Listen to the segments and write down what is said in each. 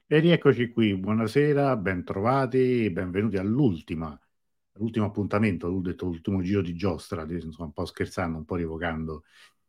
E rieccoci qui, buonasera, bentrovati, benvenuti all'ultimo appuntamento, l'ho detto l'ultimo giro di giostra, insomma, un po' scherzando, un po' rievocando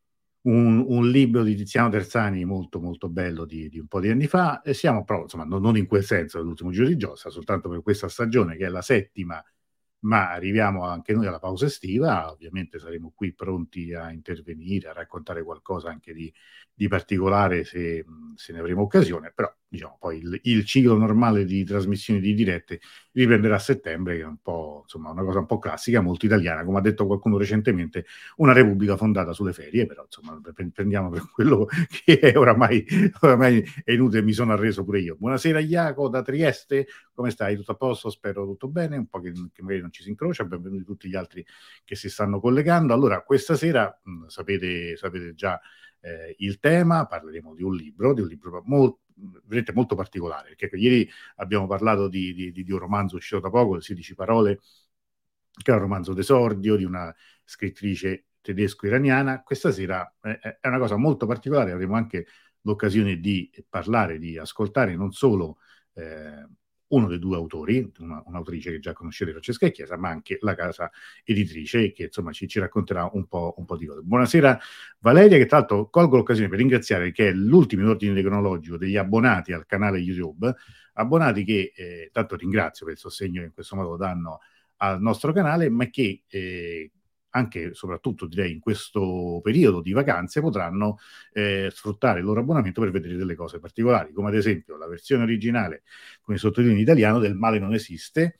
un libro di Tiziano Terzani molto molto bello di un po' di anni fa, e siamo però, insomma, non in quel senso l'ultimo giro di giostra, soltanto per questa stagione che è la settima, ma arriviamo anche noi alla pausa estiva, ovviamente saremo qui pronti a intervenire, a raccontare qualcosa anche di particolare se ne avremo occasione, però diciamo poi il ciclo normale di trasmissioni di dirette riprenderà a settembre, che è un po', insomma, una cosa un po' classica, molto italiana, come ha detto qualcuno recentemente, una repubblica fondata sulle ferie, però insomma prendiamo per quello che è oramai è inutile, mi sono arreso pure io. Buonasera Iaco da Trieste, come stai? Tutto a posto? Spero tutto bene, un po' che magari non ci si incrocia, benvenuti tutti gli altri che si stanno collegando. Allora, questa sera sapete già il tema, parleremo di un libro veramente molto particolare, perché ieri abbiamo parlato di un romanzo uscito da poco, le 16 parole, che è un romanzo d'esordio di una scrittrice tedesco-iraniana. Questa sera è una cosa molto particolare, avremo anche l'occasione di parlare, di ascoltare non solo uno dei due autori, un'autrice che già conoscete, Francesca Chiesa, ma anche la casa editrice che insomma ci racconterà un po' di cose. Buonasera Valeria, che tra l'altro colgo l'occasione per ringraziare, che è l'ultimo in ordine cronologico degli abbonati al canale YouTube, abbonati che tanto ringrazio per il sostegno che in questo modo danno al nostro canale, ma che anche soprattutto direi in questo periodo di vacanze potranno sfruttare il loro abbonamento per vedere delle cose particolari, come ad esempio la versione originale con i sottotitoli in italiano del Male non esiste,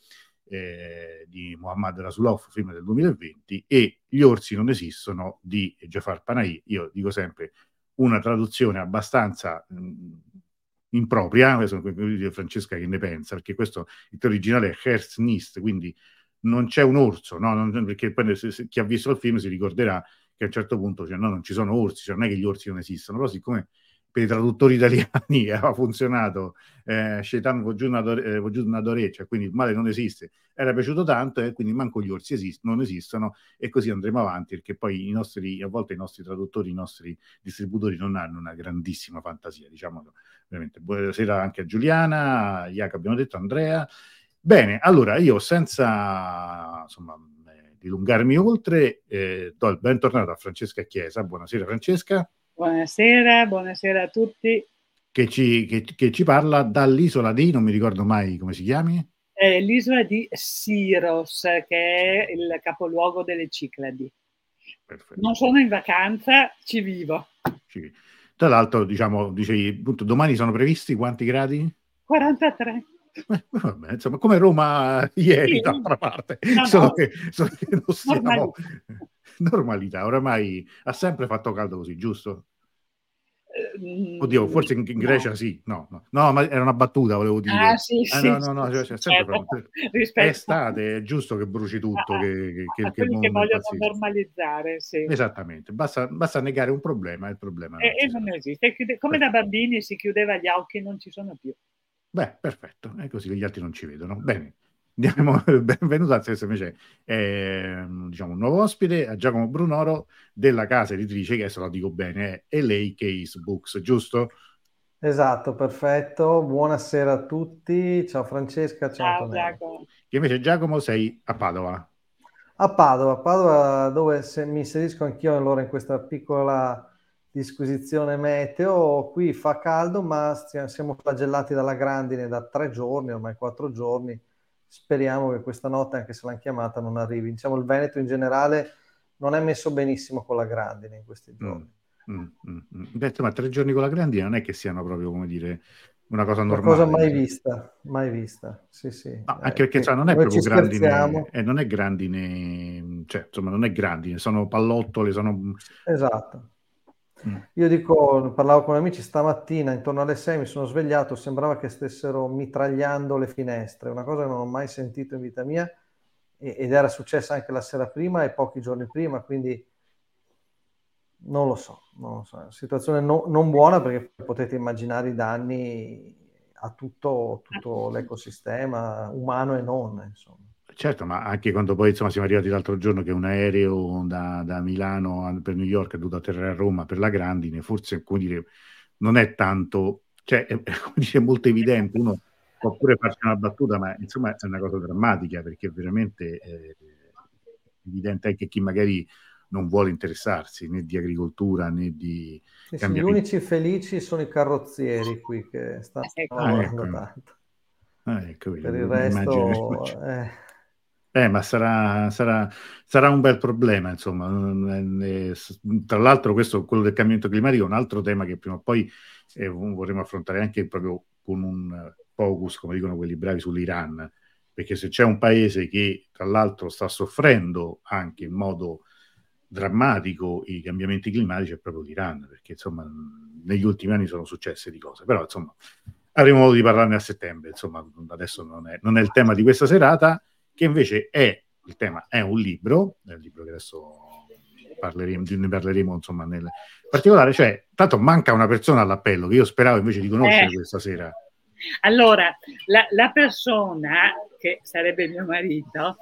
di Mohammad Rasulov, film del 2020, e Gli orsi non esistono di Jafar Panahi. Io dico sempre una traduzione abbastanza impropria, Francesca che ne pensa, perché questo il originale è Herz Nist, quindi non c'è un orso, no? Perché poi chi ha visto il film si ricorderà che a un certo punto no, non ci sono orsi, cioè non è che gli orsi non esistono, però siccome per i traduttori italiani aveva funzionato Shaitan Vojud cioè quindi il male non esiste, era piaciuto tanto e quindi manco gli orsi non esistono, e così andremo avanti, perché poi a volte i nostri traduttori, i nostri distributori non hanno una grandissima fantasia, diciamo veramente. Buonasera anche a Giuliana, Iaca abbiamo detto, Andrea. Bene, allora io senza insomma dilungarmi oltre, do il bentornato a Francesca Chiesa. Buonasera Francesca. Buonasera, buonasera a tutti. Che ci parla dall'isola di, non mi ricordo mai come si chiami. L'isola di Siros, che è il capoluogo delle Cicladi. Perfetto. Non sono in vacanza, ci vivo. Sì. Tra l'altro, diciamo, dicevi, appunto, domani sono previsti quanti gradi? 43. Vabbè, insomma, come Roma ieri, Sì, d'altra parte, no, solo che non siamo normalità. normalità, oramai ha sempre fatto caldo così, giusto? Oddio, Mm, forse in no. Grecia sì, no, ma era una battuta, volevo Ah, dire. sì, Ah, sì, no, sì, cioè, sì, sempre certo. è Rispetto estate, è giusto che bruci tutto, a che il quelli che mondo vogliono impazzisca. normalizzare, sì. Esattamente, basta negare un problema e il problema non E ci non sarà. esiste. Come da bambini si chiudeva gli occhi, non ci sono più. Beh, perfetto, è così che gli altri non ci vedono. Bene, diamo benvenuto a invece diciamo un nuovo ospite, a Giacomo Brunoro della casa editrice, che adesso lo dico bene, è LA Case Books, giusto? Esatto, perfetto. Buonasera a tutti. Ciao Francesca, ciao Ciao Antonella. Giacomo. Che invece Giacomo sei a Padova. A Padova, dove mi inserisco anch'io allora in questa piccola disquisizione meteo. Qui fa caldo, ma siamo flagellati dalla grandine da 3 giorni, ormai 4 giorni. Speriamo che questa notte, anche se l'hanno chiamata, non arrivi. Diciamo, il Veneto in generale non è messo benissimo con la grandine in questi Mm, giorni. Detto, ma 3 giorni con la grandine non è che siano proprio, come dire, una cosa Una cosa normale. mai vista, mai vista. Sì, sì. No, anche perché Che non è noi proprio ci grandine, scherziamo. non è grandine, cioè, insomma, non è grandine, sono pallottole, sono... Esatto. Mm. Io dico, parlavo con amici stamattina, intorno alle 6 mi sono svegliato, sembrava che stessero mitragliando le finestre, una cosa che non ho mai sentito in vita mia, ed era successa anche la sera prima e pochi giorni prima, quindi non lo so. È una situazione non buona, perché potete immaginare i danni a tutto l'ecosistema umano e non, insomma. Certo, ma anche quando poi insomma siamo arrivati l'altro giorno che un aereo da Milano per New York è dovuto atterrare a Roma per la grandine, forse come dire, non è tanto cioè, come dice, molto evidente, uno può pure farci una battuta, ma insomma è una cosa drammatica, perché veramente è evidente anche chi magari non vuole interessarsi né di agricoltura né di Sì, sì, gli cambiamenti. unici felici sono i carrozzieri qui che stanno lavorando tanto. Ecco, Per il resto... ma sarà un bel problema, insomma. Tra l'altro, quello del cambiamento climatico è un altro tema che prima o poi vorremmo affrontare anche proprio con un focus, come dicono quelli bravi, sull'Iran, perché se c'è un paese che tra l'altro sta soffrendo anche in modo drammatico i cambiamenti climatici, è proprio l'Iran, perché insomma negli ultimi anni sono successe di cose, però insomma avremo modo di parlarne a settembre, insomma adesso non è il tema di questa serata, che invece è il tema, è un libro che adesso ne parleremo insomma nel particolare, cioè tanto manca una persona all'appello che io speravo invece di conoscere questa sera. Allora, la persona che sarebbe mio marito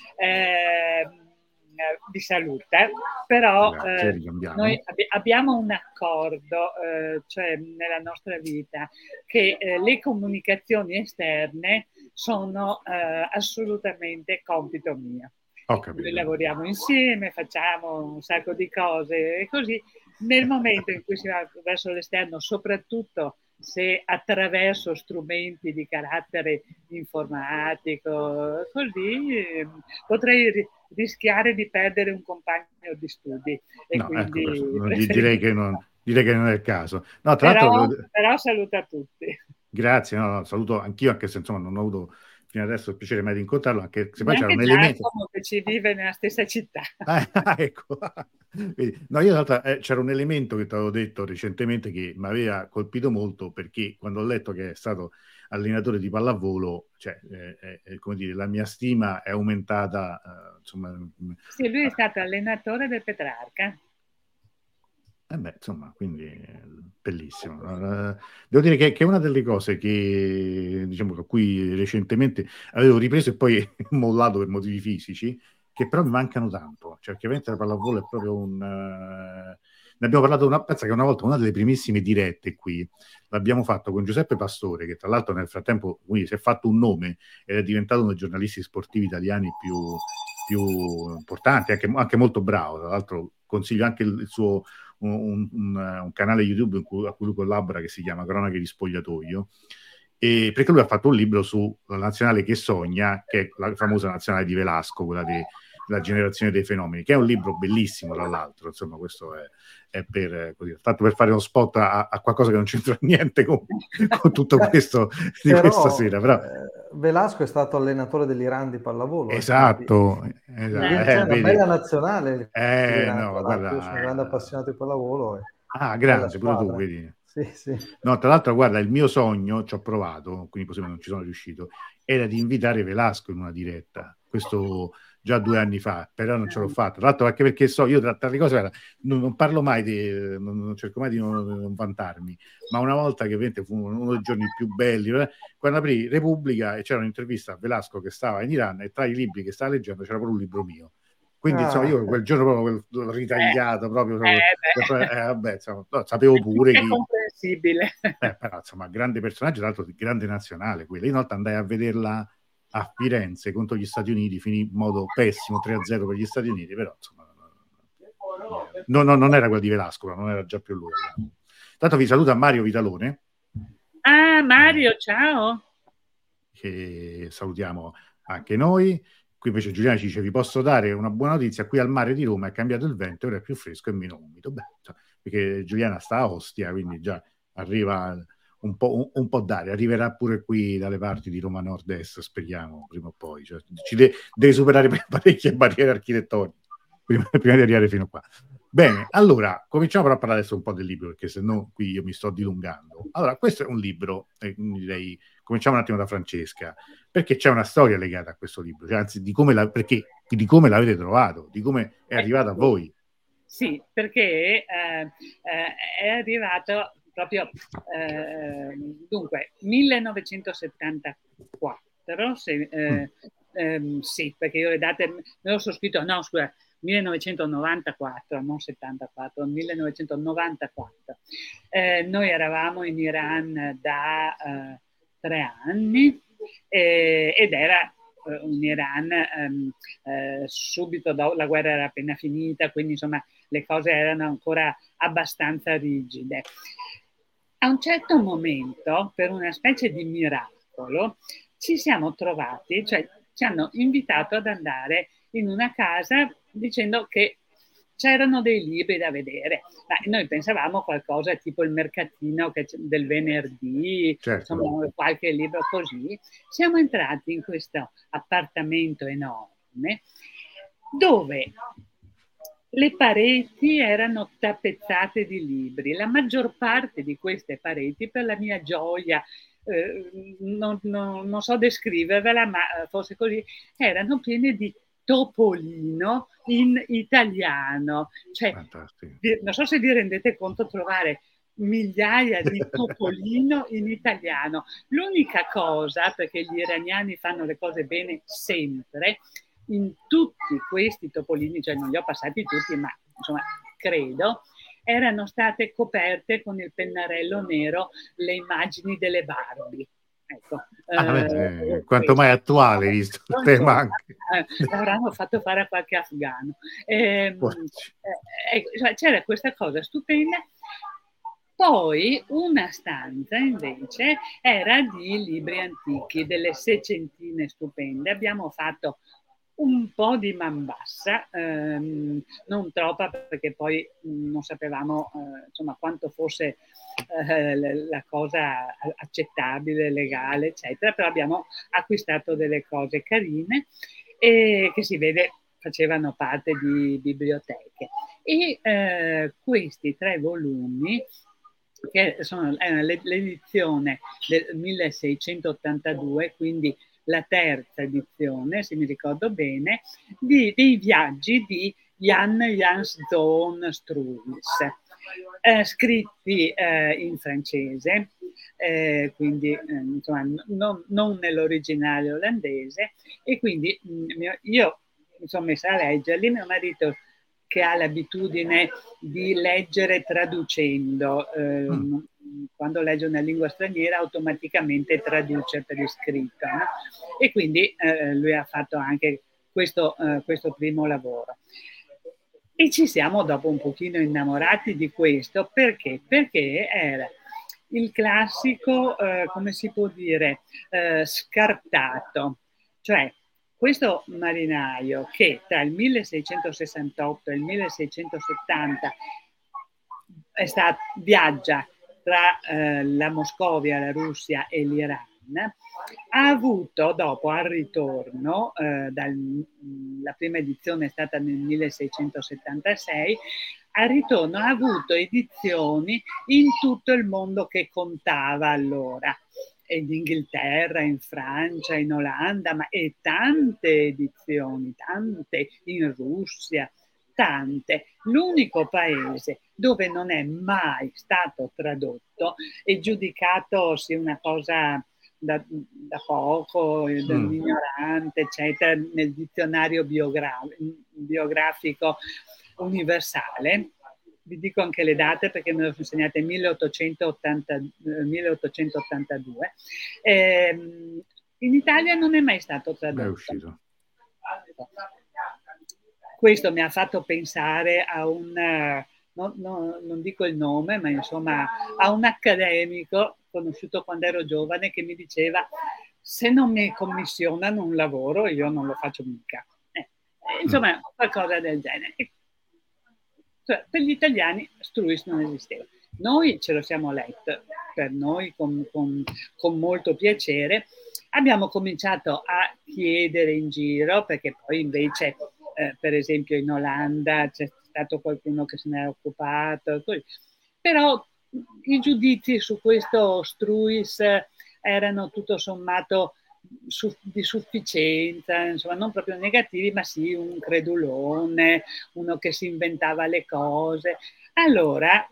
vi saluta, però noi abbiamo un accordo, cioè nella nostra vita, che le comunicazioni esterne sono assolutamente compito mio. Noi lavoriamo insieme, facciamo un sacco di cose e così. Nel momento in cui si va verso l'esterno, soprattutto se attraverso strumenti di carattere informatico, così potrei rischiare di perdere un compagno di studi. E no, quindi ecco, direi che non è il caso. No, tra però saluta tutti. Grazie, no, saluto anch'io, anche se insomma non ho avuto fino adesso il piacere mai di incontrarlo, anche se poi c'era un elemento che ci vive nella stessa città. Ecco. No, io in realtà c'era un elemento che ti avevo detto recentemente che mi aveva colpito molto, perché quando ho letto che è stato allenatore di pallavolo, cioè, come dire, la mia stima è aumentata, insomma. Sì, lui è stato allenatore del Petrarca. Insomma, quindi bellissimo. Devo dire che è una delle cose che, diciamo, a cui recentemente avevo ripreso e poi mollato per motivi fisici, che però mi mancano tanto. Cioè, ovviamente la pallavolo è proprio ne abbiamo parlato pensa che una volta, una delle primissime dirette qui, l'abbiamo fatto con Giuseppe Pastore, che tra l'altro nel frattempo quindi si è fatto un nome ed è diventato uno dei giornalisti sportivi italiani più importanti, anche molto bravo. Tra l'altro consiglio anche il suo un canale YouTube a cui lui collabora, che si chiama Cronache di Spogliatoio, e perché lui ha fatto un libro sulla nazionale che sogna, che è la famosa nazionale di Velasco, quella della generazione dei fenomeni, che è un libro bellissimo tra l'altro. Insomma, questo è tanto per fare uno spot a qualcosa che non c'entra niente con tutto questo di questa sera, però Velasco è stato allenatore dell'Iran di pallavolo. Esatto. C'è una bella nazionale. No, guarda, io sono un grande appassionato di pallavolo. Grande, pure tu, vedi. Sì. No, tra l'altro, guarda, il mio sogno, ci ho provato, quindi possibile non ci sono riuscito, era di invitare Velasco in una diretta. Questo già 2 anni fa, però non ce l'ho fatto. Tra l'altro, anche perché io tra le cose, guarda, non parlo mai non cerco mai di non vantarmi, ma una volta che fu uno dei giorni più belli, quando aprì Repubblica e c'era un'intervista a Velasco che stava in Iran, e tra i libri che stava leggendo c'era proprio un libro mio. Quindi insomma io quel giorno proprio ritagliato vabbè, insomma, sapevo pure che è comprensibile. Però insomma, grande personaggio, tra l'altro di grande nazionale quella. Io una volta andai a vederla a Firenze contro gli Stati Uniti, finì in modo pessimo, 3-0 per gli Stati Uniti, però insomma non era quella di Velasco, non era già più lui. Tanto vi saluta Mario Vitalone. Mario, ciao. Che salutiamo anche noi. Qui invece Giuliana ci dice: vi posso dare una buona notizia, qui al mare di Roma è cambiato il vento, ora è più fresco e meno umido. Perché Giuliana sta a Ostia, quindi già arriva un po' d'aria, arriverà pure qui dalle parti di Roma Nord-Est, speriamo, prima o poi. Cioè, deve superare parecchie barriere architettoniche prima di arrivare fino qua. Bene, allora, cominciamo però a parlare adesso un po' del libro, perché se no qui io mi sto dilungando. Allora, questo è un libro, direi, cominciamo un attimo da Francesca, perché c'è una storia legata a questo libro, cioè, anzi, di come l'avete trovato, di come è arrivato a voi. Sì, perché è arrivato proprio, dunque, 1974, sì, perché io le date me lo sono scritto, no, scusa, 1994, non 74, 1994. Noi eravamo in Iran da 3 anni ed era un Iran subito dopo la guerra era appena finita, quindi insomma le cose erano ancora abbastanza rigide. A un certo momento, per una specie di miracolo, ci siamo trovati, cioè ci hanno invitato ad andare in una casa dicendo che c'erano dei libri da vedere. Ma noi pensavamo qualcosa tipo il mercatino del venerdì, certo. Insomma, qualche libro così. Siamo entrati in questo appartamento enorme dove le pareti erano tappezzate di libri. La maggior parte di queste pareti, per la mia gioia, non so descrivervela, ma fosse così, erano piene di Topolino in italiano. Cioè, non so se vi rendete conto, trovare migliaia di Topolino in italiano. L'unica cosa, perché gli iraniani fanno le cose bene sempre, in tutti questi topolini, cioè non li ho passati tutti, ma insomma credo, erano state coperte con il pennarello nero le immagini delle Barbie. Ecco, quanto mai attuale, visto il tema anche. L'avranno fatto fare a qualche afghano. Cioè, c'era questa cosa stupenda. Poi una stanza invece era di libri antichi, delle 600 stupende. Abbiamo fatto un po' di man bassa, non troppa, perché poi non sapevamo insomma quanto fosse la cosa accettabile, legale, eccetera, però abbiamo acquistato delle cose carine e che si vede facevano parte di biblioteche. E questi 3 volumi, che sono l'edizione del 1682, quindi la terza edizione, se mi ricordo bene, dei viaggi di Jan Jans Zoon Struys, scritti in francese, quindi insomma, non nell'originale olandese, e quindi io mi sono messa a leggerli. Mio marito, che ha l'abitudine di leggere traducendo, quando legge una lingua straniera automaticamente traduce per iscritto, no? E quindi lui ha fatto anche questo primo lavoro. E ci siamo dopo un pochino innamorati di questo, perché era il classico, come si può dire, scartato, cioè questo marinaio che tra il 1668 e il 1670 viaggia tra la Moscovia, la Russia e l'Iran, ha avuto dopo, al ritorno, la prima edizione è stata nel 1676, al ritorno ha avuto edizioni in tutto il mondo che contava allora, in Inghilterra, in Francia, in Olanda, e tante edizioni, tante in Russia, tante. L'unico paese dove non è mai stato tradotto e giudicato sia una cosa da poco, dell'ignorante, eccetera, nel dizionario biografico universale. Vi dico anche le date perché me lo sono insegnate nel 1882. In Italia non è mai stato tradotto. È uscito. Questo mi ha fatto pensare a non dico il nome, ma insomma a un accademico conosciuto quando ero giovane che mi diceva: se non mi commissionano un lavoro io non lo faccio mica. Insomma, qualcosa del genere. Cioè, per gli italiani Struis non esisteva. Noi ce lo siamo letto, per noi con molto piacere. Abbiamo cominciato a chiedere in giro, perché poi invece, per esempio in Olanda c'è stato qualcuno che se ne è occupato, così. Però i giudizi su questo Struis erano tutto sommato di sufficienza, insomma non proprio negativi, ma sì un credulone, uno che si inventava le cose. Allora,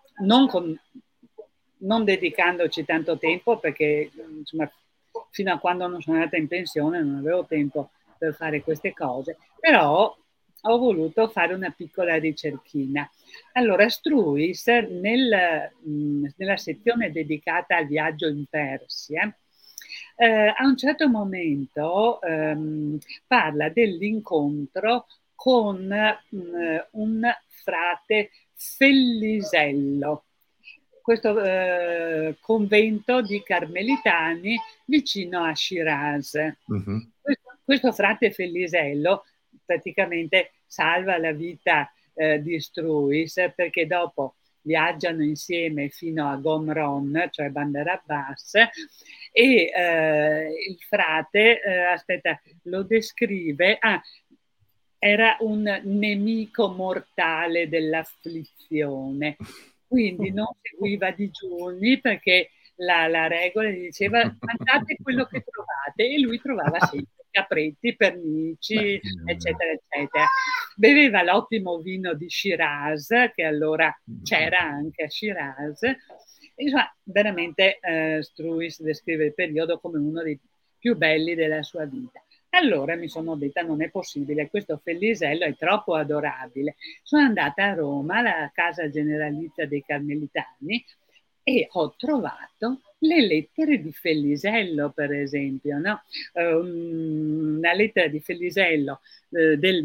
non dedicandoci tanto tempo, perché insomma fino a quando non sono andata in pensione non avevo tempo per fare queste cose, però ho voluto fare una piccola ricerchina. Allora, Struis, nella sezione dedicata al viaggio in Persia, a un certo momento parla dell'incontro con un frate Fellisello, questo convento di carmelitani vicino a Shiraz. Mm-hmm. Questo frate Fellisello praticamente salva la vita di Struis, perché dopo viaggiano insieme fino a Gomron, cioè Bandar Abbas, e il frate, lo descrive, era un nemico mortale dell'afflizione, quindi non seguiva digiuni perché la regola gli diceva mangiate quello che trovate, e lui trovava sempre capretti, pernici, eccetera, eccetera. Beveva l'ottimo vino di Shiraz, che allora c'era anche a Shiraz. Insomma, veramente Struis descrive il periodo come uno dei più belli della sua vita. Allora mi sono detta non è possibile, questo Fellisello è troppo adorabile. Sono andata a Roma, alla casa generalizia dei Carmelitani, e ho trovato le lettere di Fellisello, per esempio, no? Una lettera di Fellisello del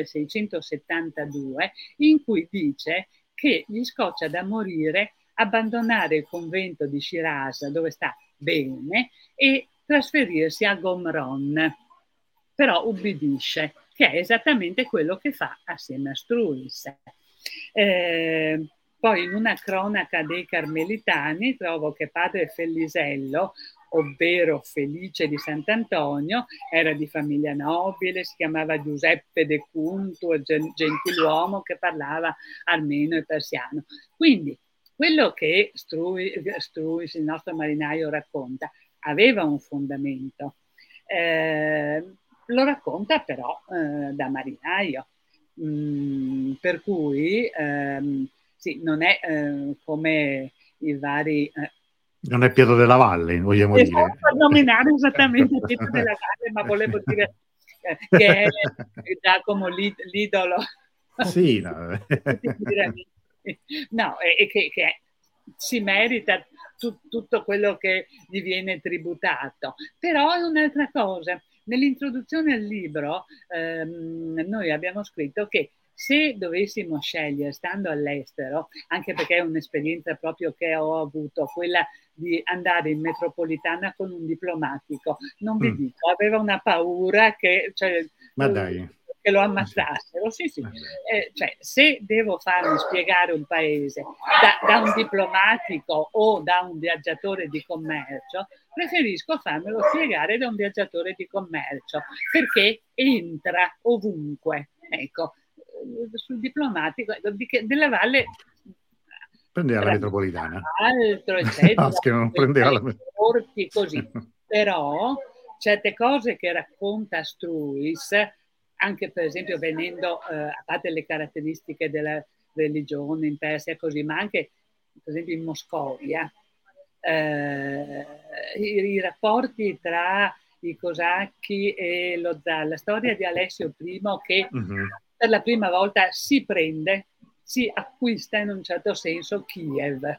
1672 in cui dice che gli scoccia da morire abbandonare il convento di Shiraz, dove sta bene, e trasferirsi a Gomron. Però ubbidisce, che è esattamente quello che fa assieme a Struis. Poi in una cronaca dei Carmelitani trovo che padre Fellisello, ovvero Felice di Sant'Antonio, era di famiglia nobile, si chiamava Giuseppe de Cunto, gentiluomo che parlava armeno e persiano. Quindi quello che Struis, il nostro marinaio, racconta aveva un fondamento. Lo racconta però da marinaio, per cui sì, non è come i vari... non è Pietro della Valle, vogliamo dire. Per nominare esattamente Pietro della Valle, ma volevo dire che è Giacomo l'idolo. Sì, no, no, e che si merita tutto quello che gli viene tributato. Però è un'altra cosa. Nell'introduzione al libro noi abbiamo scritto che se dovessimo scegliere, stando all'estero, anche perché è un'esperienza proprio che ho avuto, quella di andare in metropolitana con un diplomatico, non vi dico, aveva una paura che... Cioè, ma dai, che lo ammazzassero, sì. Cioè, se devo farmi spiegare un paese da un diplomatico o da un viaggiatore di commercio, preferisco farmelo spiegare da un viaggiatore di commercio, perché entra ovunque. Ecco, sul diplomatico della Valle prendeva la metropolitana, altro, eccetera, non prendeva la così. Però certe cose che racconta Struis, anche per esempio venendo a parte le caratteristiche della religione in Persia così, ma anche per esempio in Moscovia, i rapporti tra i cosacchi e lo zar, la storia di Alessio I che per la prima volta si acquista in un certo senso Kiev,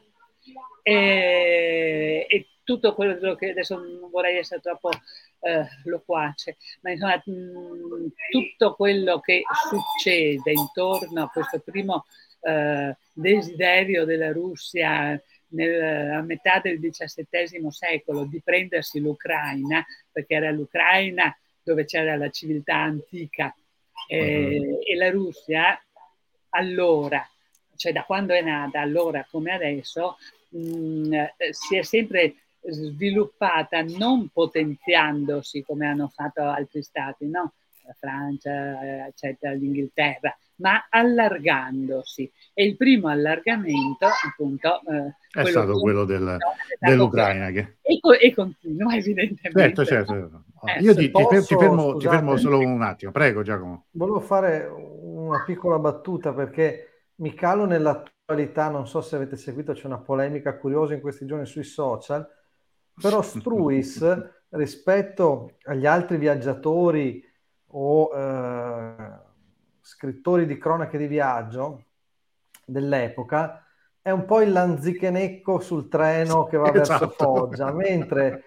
e tutto quello che adesso non vorrei essere troppo loquace, ma insomma tutto quello che succede intorno a questo primo desiderio della Russia a metà del XVII secolo di prendersi l'Ucraina, perché era l'Ucraina dove c'era la civiltà antica, e la Russia allora, cioè da quando è nata, allora come adesso, si è sempre sviluppata non potenziandosi come hanno fatto altri stati, no? La Francia, eccetera, l'Inghilterra, ma allargandosi. E il primo allargamento, appunto, è stato quello dell'Ucraina. E continua, evidentemente. Certo. Io ti fermo solo un attimo. Prego, Giacomo. Volevo fare una piccola battuta perché mi calo nell'attualità, non so se avete seguito, c'è una polemica curiosa in questi giorni sui social, però Struis rispetto agli altri viaggiatori o scrittori di cronache di viaggio dell'epoca, è un po' il lanzichenecco sul treno che va verso Foggia, mentre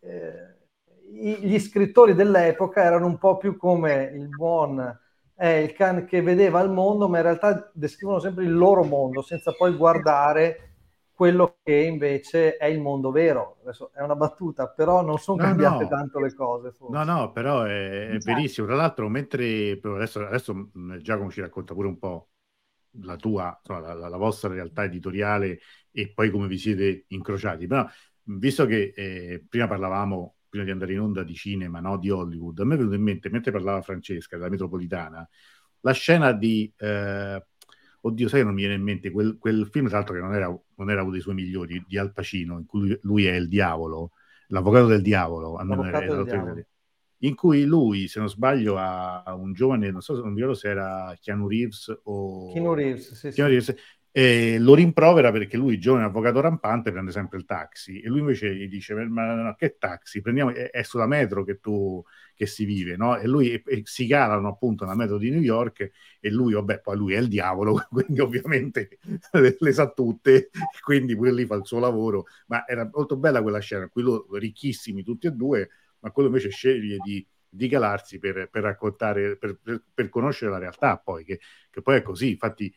gli scrittori dell'epoca erano un po' più come il buon Elkan, che vedeva il mondo, ma in realtà descrivono sempre il loro mondo, senza poi guardare quello che invece è il mondo vero. Adesso è una battuta, però non sono cambiate tanto le cose, forse. No, però è verissimo. Tra l'altro, mentre adesso Giacomo ci racconta pure un po' la tua, insomma, la vostra realtà editoriale e poi come vi siete incrociati. Però, visto che prima parlavamo, prima di andare in onda, di cinema, no? Di Hollywood, a me è venuto in mente, mentre parlava Francesca della metropolitana, la scena di oddio, sai, non mi viene in mente quel film, tra l'altro, che non era uno dei suoi migliori, di Al Pacino, in cui lui è il diavolo, l'avvocato del diavolo, L'avvocato del diavolo. In cui lui, se non sbaglio, ha un giovane, non so, non mi ricordo se era Keanu Reeves o Keanu Reeves, sì, Keanu Reeves, e lo rimprovera perché lui, giovane avvocato rampante, prende sempre il taxi, e lui invece gli dice: ma no, che taxi? Prendiamo, è sulla metro che si vive, no? E lui e si calano appunto nella metro di New York, e lui, vabbè, poi lui è il diavolo, quindi ovviamente le sa tutte, quindi pure lì fa il suo lavoro. Ma era molto bella quella scena, qui loro ricchissimi tutti e due, ma quello invece sceglie di calarsi per raccontare, per conoscere la realtà, poi che poi è così. Infatti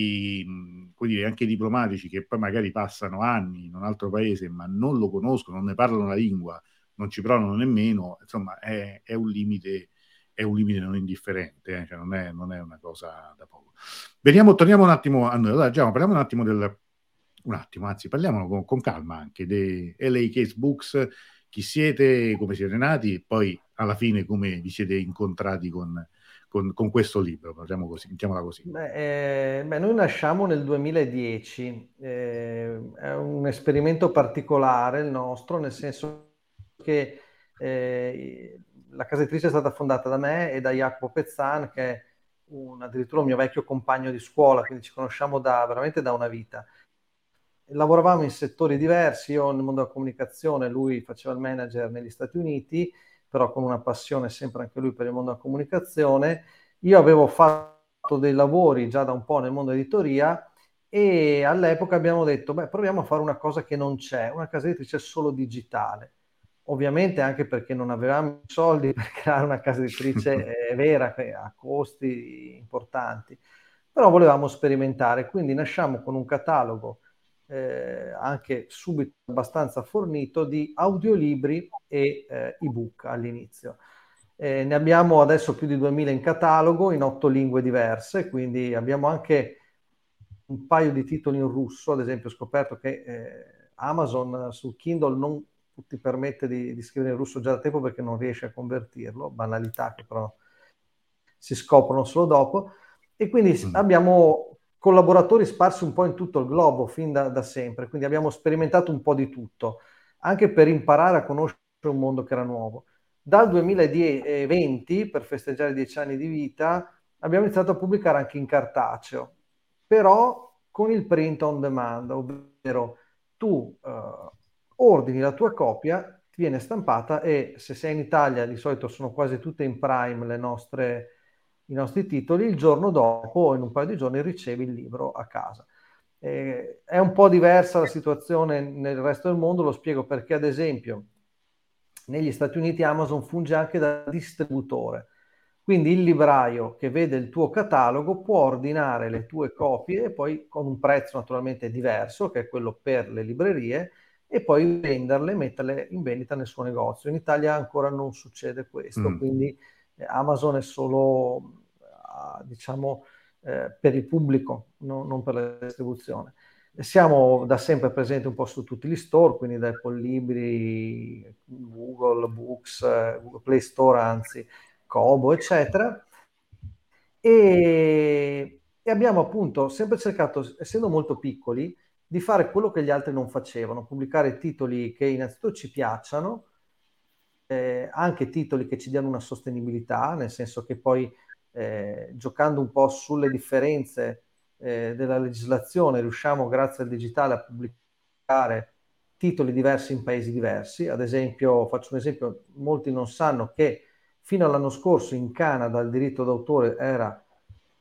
anche i diplomatici che poi magari passano anni in un altro paese ma non lo conoscono, non ne parlano la lingua, non ci provano nemmeno, insomma è un limite non indifferente, cioè non è una cosa da poco. Torniamo un attimo a noi. Allora, Giacomo, parliamo un attimo, anzi parliamo con calma anche dei LA Case Books. Chi siete, come siete nati, e poi alla fine come vi siete incontrati con questo libro, parliamo così, mettiamola così. Noi nasciamo nel 2010, è un esperimento particolare il nostro, nel senso che la casa editrice è stata fondata da me e da Jacopo Pezzan, che è addirittura un mio vecchio compagno di scuola, quindi ci conosciamo veramente da una vita. Lavoravamo in settori diversi, io nel mondo della comunicazione, lui faceva il manager negli Stati Uniti, però con una passione sempre anche lui per il mondo della comunicazione. Io avevo fatto dei lavori già da un po' nel mondo editoria e all'epoca abbiamo detto, proviamo a fare una cosa che non c'è, una casa editrice solo digitale. Ovviamente anche perché non avevamo i soldi per creare una casa editrice vera, che ha costi importanti, però volevamo sperimentare, quindi nasciamo con un catalogo anche subito abbastanza fornito di audiolibri e ebook all'inizio. Ne abbiamo adesso più di 2000 in catalogo in 8 lingue diverse, quindi abbiamo anche un paio di titoli in russo. Ad esempio ho scoperto che Amazon sul Kindle non ti permette di scrivere in russo già da tempo perché non riesce a convertirlo, banalità che però si scoprono solo dopo, e quindi abbiamo collaboratori sparsi un po' in tutto il globo fin da sempre, quindi abbiamo sperimentato un po' di tutto, anche per imparare a conoscere un mondo che era nuovo. Dal 2020, per festeggiare i 10 anni di vita, abbiamo iniziato a pubblicare anche in cartaceo, però con il print on demand, ovvero tu ordini la tua copia, ti viene stampata e se sei in Italia, di solito sono quasi tutte in Prime i nostri titoli, il giorno dopo o in un paio di giorni ricevi il libro a casa. È un po' diversa la situazione nel resto del mondo, lo spiego perché ad esempio negli Stati Uniti Amazon funge anche da distributore, quindi il libraio che vede il tuo catalogo può ordinare le tue copie e poi con un prezzo naturalmente diverso, che è quello per le librerie, e poi venderle, metterle in vendita nel suo negozio. In Italia ancora non succede questo, quindi Amazon è solo, diciamo, per il pubblico, non per la distribuzione. Siamo da sempre presenti un po' su tutti gli store, quindi da Apple Libri, Google Books, Google Play Store, anzi, Kobo, eccetera. E abbiamo appunto sempre cercato, essendo molto piccoli, di fare quello che gli altri non facevano, pubblicare titoli che innanzitutto ci piacciono, anche titoli che ci diano una sostenibilità, nel senso che poi giocando un po' sulle differenze della legislazione riusciamo grazie al digitale a pubblicare titoli diversi in paesi diversi. Ad esempio, faccio un esempio, molti non sanno che fino all'anno scorso in Canada il diritto d'autore era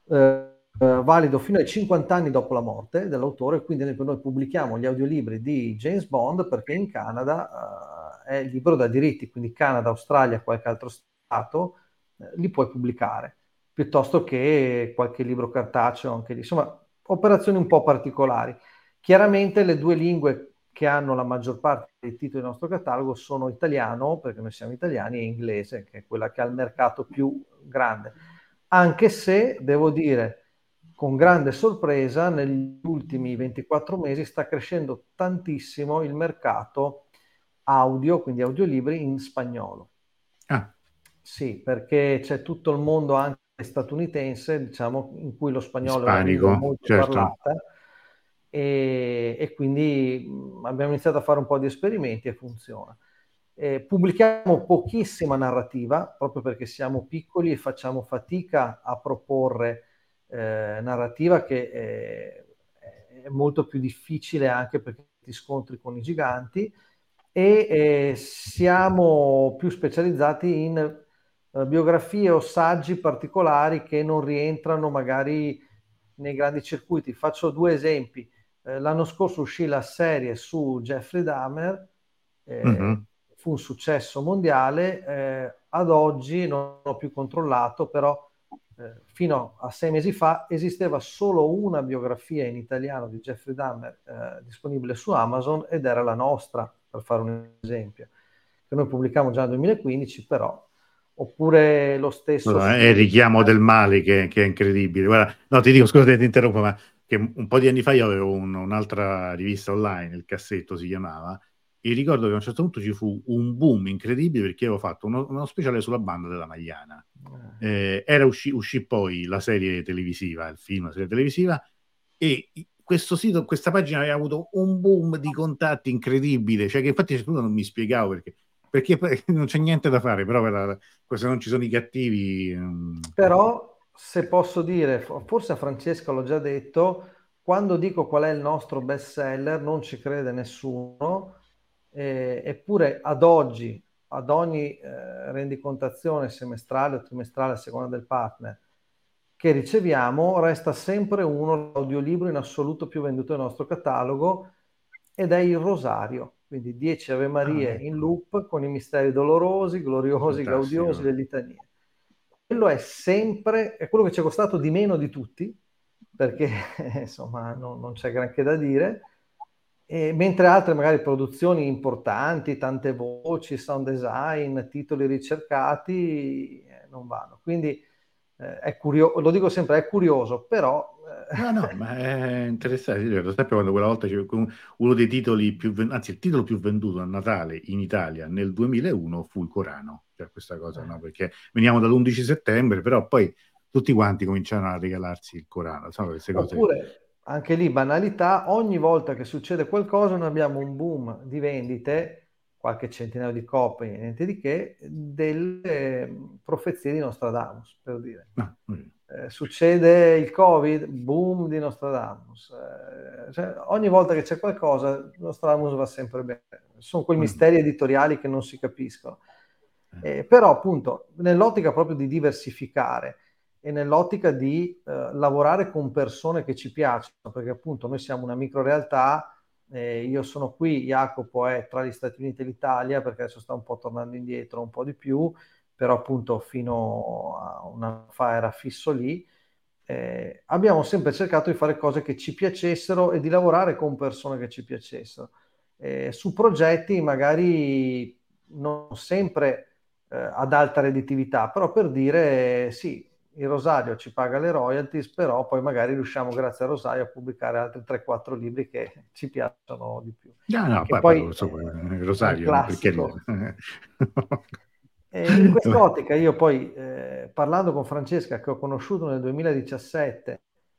valido fino ai 50 anni dopo la morte dell'autore, quindi noi pubblichiamo gli audiolibri di James Bond perché in Canada è libero da diritti, quindi Canada, Australia, qualche altro stato li puoi pubblicare, piuttosto che qualche libro cartaceo anche lì. Insomma, operazioni un po' particolari. Chiaramente le due lingue che hanno la maggior parte dei titoli del nostro catalogo sono italiano, perché noi siamo italiani, e inglese, che è quella che ha il mercato più grande. Anche se, devo dire, con grande sorpresa, negli ultimi 24 mesi sta crescendo tantissimo il mercato audio, quindi audiolibri in spagnolo. Ah. Sì, perché c'è tutto il mondo anche statunitense, diciamo, in cui lo spagnolo è la Ispanico, lingua molto certo. parlata e quindi abbiamo iniziato a fare un po' di esperimenti e funziona. Pubblichiamo pochissima narrativa, proprio perché siamo piccoli e facciamo fatica a proporre narrativa che è molto più difficile anche perché ti scontri con i giganti e siamo più specializzati in biografie o saggi particolari che non rientrano magari nei grandi circuiti. Faccio due esempi. L'anno scorso uscì la serie su Jeffrey Dahmer, fu un successo mondiale, ad oggi non ho più controllato, però fino a 6 mesi fa esisteva solo una biografia in italiano di Jeffrey Dahmer disponibile su Amazon ed era la nostra, per fare un esempio, che noi pubblicavamo già nel 2015, però oppure lo stesso è il richiamo del male che è incredibile. Guarda, no, ti dico, scusa, ti interrompo, ma che un po' di anni fa io avevo un'altra rivista online, il Cassetto si chiamava, e ricordo che a un certo punto ci fu un boom incredibile perché avevo fatto uno speciale sulla banda della Magliana. Uscì poi la serie televisiva, il film, la serie televisiva, e questo sito, questa pagina aveva avuto un boom di contatti incredibile, cioè che infatti non mi spiegavo perché non c'è niente da fare, però se non ci sono i cattivi... Però, se posso dire, forse a Francesca l'ho già detto, quando dico qual è il nostro best seller non ci crede nessuno, eppure ad oggi, ad ogni rendicontazione semestrale o trimestrale a seconda del partner che riceviamo, resta sempre uno l'audiolibro in assoluto più venduto del nostro catalogo ed è il Rosario. Quindi 10 Ave Marie in loop con i misteri dolorosi, gloriosi, Fantastico. gaudiosi, le litanie. Quello è sempre, è quello che ci è costato di meno di tutti, perché insomma non c'è granché da dire, mentre altre magari produzioni importanti, tante voci, sound design, titoli ricercati, non vanno. Quindi è curioso, lo dico sempre, è curioso, però... No, ma è interessante, lo sempre quando quella volta c'è uno dei titoli anzi il titolo più venduto a Natale in Italia nel 2001 fu il Corano, cioè questa cosa, no? Perché veniamo dall'11 settembre, però poi tutti quanti cominciano a regalarsi il Corano, so, queste cose. Oppure, anche lì, banalità, ogni volta che succede qualcosa noi abbiamo un boom di vendite, qualche centinaio di copie, niente di che, delle profezie di Nostradamus, per dire. No. Succede il Covid, boom di Nostradamus. Cioè, ogni volta che c'è qualcosa, Nostradamus va sempre bene. Sono quei misteri editoriali che non si capiscono. Però appunto, nell'ottica proprio di diversificare e nell'ottica di lavorare con persone che ci piacciono, perché appunto noi siamo una micro realtà, io sono qui, Jacopo è tra gli Stati Uniti e l'Italia, perché adesso sta un po' tornando indietro, un po' di più, però appunto fino a un anno fa era fisso lì. Abbiamo sempre cercato di fare cose che ci piacessero e di lavorare con persone che ci piacessero. Su progetti magari non sempre ad alta redditività, però per dire sì, il Rosario ci paga le royalties, però poi magari riusciamo grazie al Rosario a pubblicare altri 3-4 libri che ci piacciono di più. No, poi il Rosario, no, perché... In quest'ottica io poi, parlando con Francesca, che ho conosciuto nel 2017,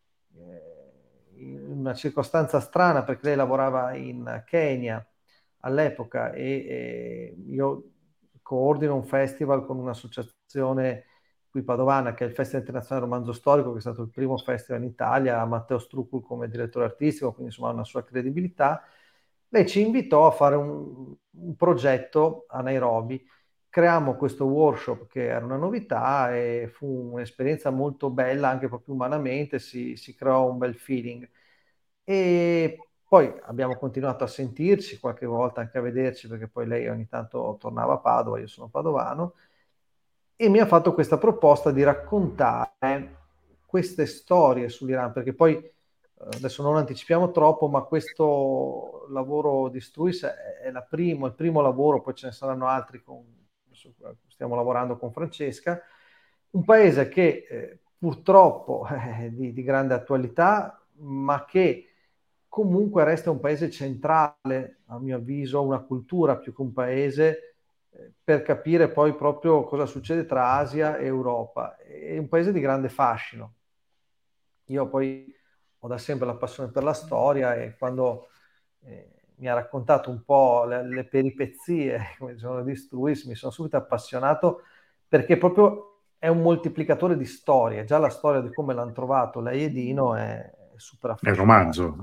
in una circostanza strana perché lei lavorava in Kenya all'epoca e io coordino un festival con un'associazione qui padovana che è il Festival Internazionale Romanzo Storico, che è stato il primo festival in Italia, ha Matteo Struccul come direttore artistico, quindi insomma ha una sua credibilità. Lei ci invitò a fare un progetto a Nairobi, creammo questo workshop che era una novità e fu un'esperienza molto bella anche proprio umanamente, si creò un bel feeling. E poi abbiamo continuato a sentirci, qualche volta anche a vederci, perché poi lei ogni tanto tornava a Padova, io sono padovano, e mi ha fatto questa proposta di raccontare queste storie sull'Iran, perché poi adesso non anticipiamo troppo, ma questo lavoro di Struis è il primo lavoro, poi ce ne saranno altri su cui stiamo lavorando con Francesca, un paese che purtroppo è di grande attualità, ma che comunque resta un paese centrale, a mio avviso, una cultura più che un paese, per capire poi proprio cosa succede tra Asia e Europa. È un paese di grande fascino. Io poi ho da sempre la passione per la storia e quando mi ha raccontato un po' le peripezie, come dicevano di Struis, mi sono subito appassionato perché proprio è un moltiplicatore di storie. Già la storia di come l'hanno trovato lei e Dino è super È un affascinante. romanzo,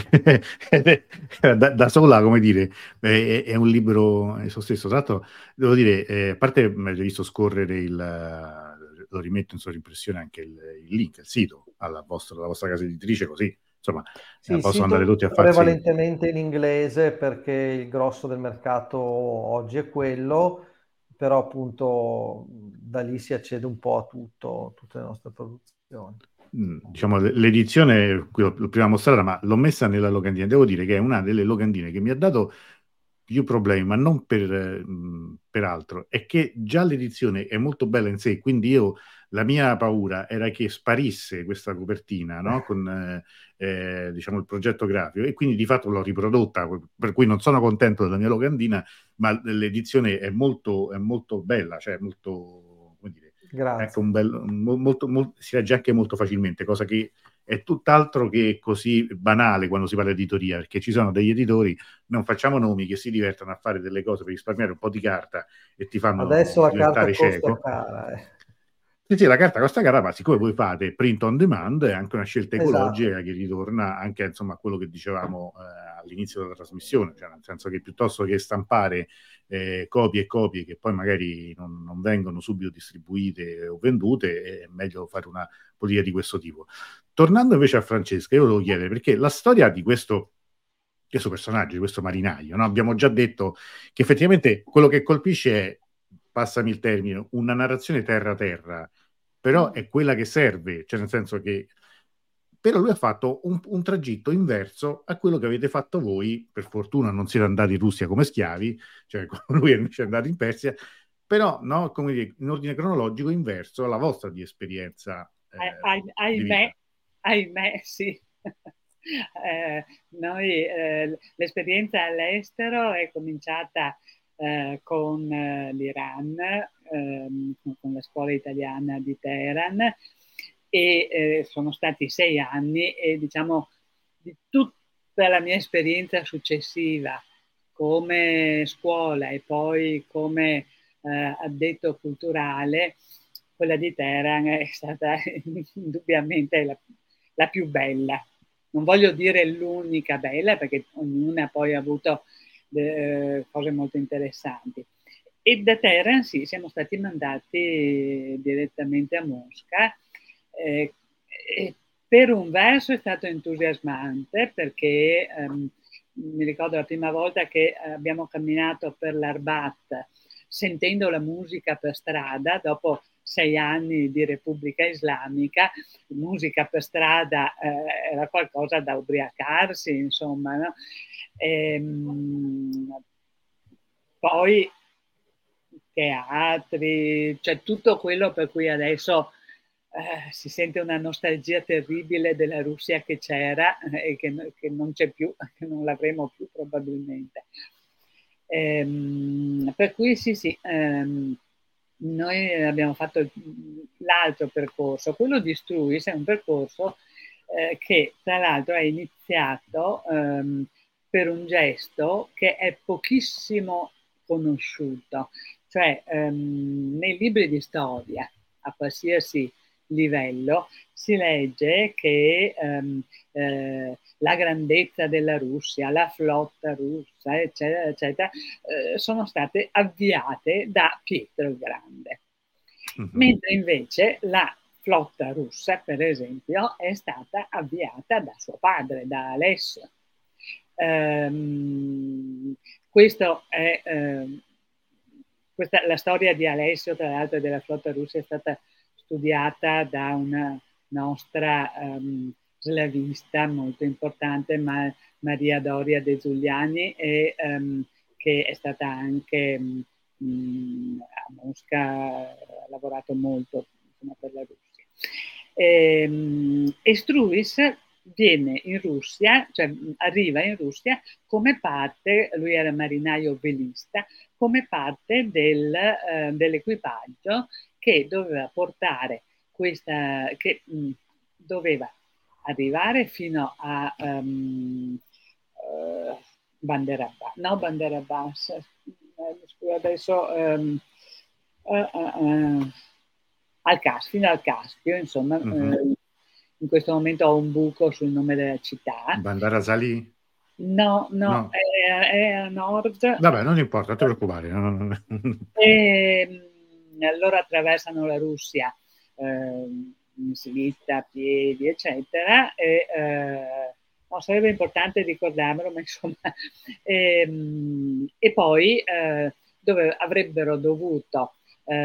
da sola, come dire, è un libro esso stesso. Tra l'altro, devo dire, a parte mi avete visto scorrere lo rimetto in sovrimpressione anche il link, il sito, alla vostra casa editrice, così, insomma, Sì, il possono andare sito tutti a è farsi... prevalentemente in inglese perché il grosso del mercato oggi è quello, però appunto da lì si accede un po' a tutto, tutte le nostre produzioni. Diciamo, l'edizione qui l'ho prima mostrata, ma l'ho messa nella locandina. Devo dire che è una delle locandine che mi ha dato più problemi, ma non per altro. È che già l'edizione è molto bella in sé, quindi la mia paura era che sparisse questa copertina, no? Con diciamo il progetto grafico, e quindi di fatto l'ho riprodotta, per cui non sono contento della mia locandina, ma l'edizione è molto bella, cioè molto, come dire, è anche Grazie. si legge anche molto facilmente, cosa che è tutt'altro che così banale quando si parla di editoria, perché ci sono degli editori, non facciamo nomi, che si divertono a fare delle cose per risparmiare un po' di carta e ti Adesso fanno la carta diventare costa cieco. cara. Sì, sì, la carta costa cara, ma siccome voi fate print on demand, è anche una scelta Esatto. ecologica che ritorna anche insomma, a quello che dicevamo all'inizio della trasmissione, cioè nel senso che piuttosto che stampare copie e copie che poi magari non vengono subito distribuite o vendute, è meglio fare una politica di questo tipo. Tornando invece a Francesca, io volevo chiedere, perché la storia di questo personaggio, di questo marinaio, no? Abbiamo già detto che effettivamente quello che colpisce è, passami il termine, una narrazione terra-terra, però è quella che serve, cioè nel senso che però lui ha fatto un tragitto inverso a quello che avete fatto voi. Per fortuna non siete andati in Russia come schiavi, cioè lui invece è andato in Persia, però no, come dire, in ordine cronologico inverso alla vostra di esperienza di Ahimè, vita. ahimè, sì. Noi l'esperienza all'estero è cominciata con l'Iran, con la scuola italiana di Teheran, e sono stati 6 anni e diciamo di tutta la mia esperienza successiva come scuola e poi come addetto culturale, quella di Teheran è stata indubbiamente la più bella. Non voglio dire l'unica bella, perché ognuna poi ha avuto cose molto interessanti. E da Teheran sì, siamo stati mandati direttamente a Mosca. E per un verso è stato entusiasmante perché mi ricordo la prima volta che abbiamo camminato per l'Arbat sentendo la musica per strada, dopo 6 anni di Repubblica Islamica, musica per strada era qualcosa da ubriacarsi, insomma, no? Poi teatri, cioè tutto quello per cui adesso si sente una nostalgia terribile della Russia che c'era e che non c'è più, che non l'avremo più probabilmente. Per cui sì, sì, noi abbiamo fatto l'altro percorso, quello di Struis è un percorso che tra l'altro è iniziato per un gesto che è pochissimo conosciuto, cioè nei libri di storia, a qualsiasi livello si legge che la grandezza della Russia, la flotta russa, eccetera, eccetera, sono state avviate da Pietro il Grande. Mentre invece la flotta russa, per esempio, è stata avviata da suo padre, da Alessio. Questo è la storia di Alessio, tra l'altro, della flotta russa è stata studiata da una nostra slavista molto importante, Maria Doria De Giuliani, e che è stata anche a Mosca, ha lavorato molto, insomma, per la Russia. E Struis viene in Russia, cioè arriva in Russia come parte, lui era marinaio velista, come parte dell'equipaggio che doveva portare questa, che doveva arrivare fino a Bandera-Abbas, adesso fino al Caspio, insomma. In questo momento ho un buco sul nome della città. Bandar Azali? No, è a nord. Vabbè, non importa, non ti preoccupare. E loro attraversano la Russia in slitta, a piedi, eccetera. No, sarebbe importante ricordarmelo, ma insomma. E poi dove avrebbero dovuto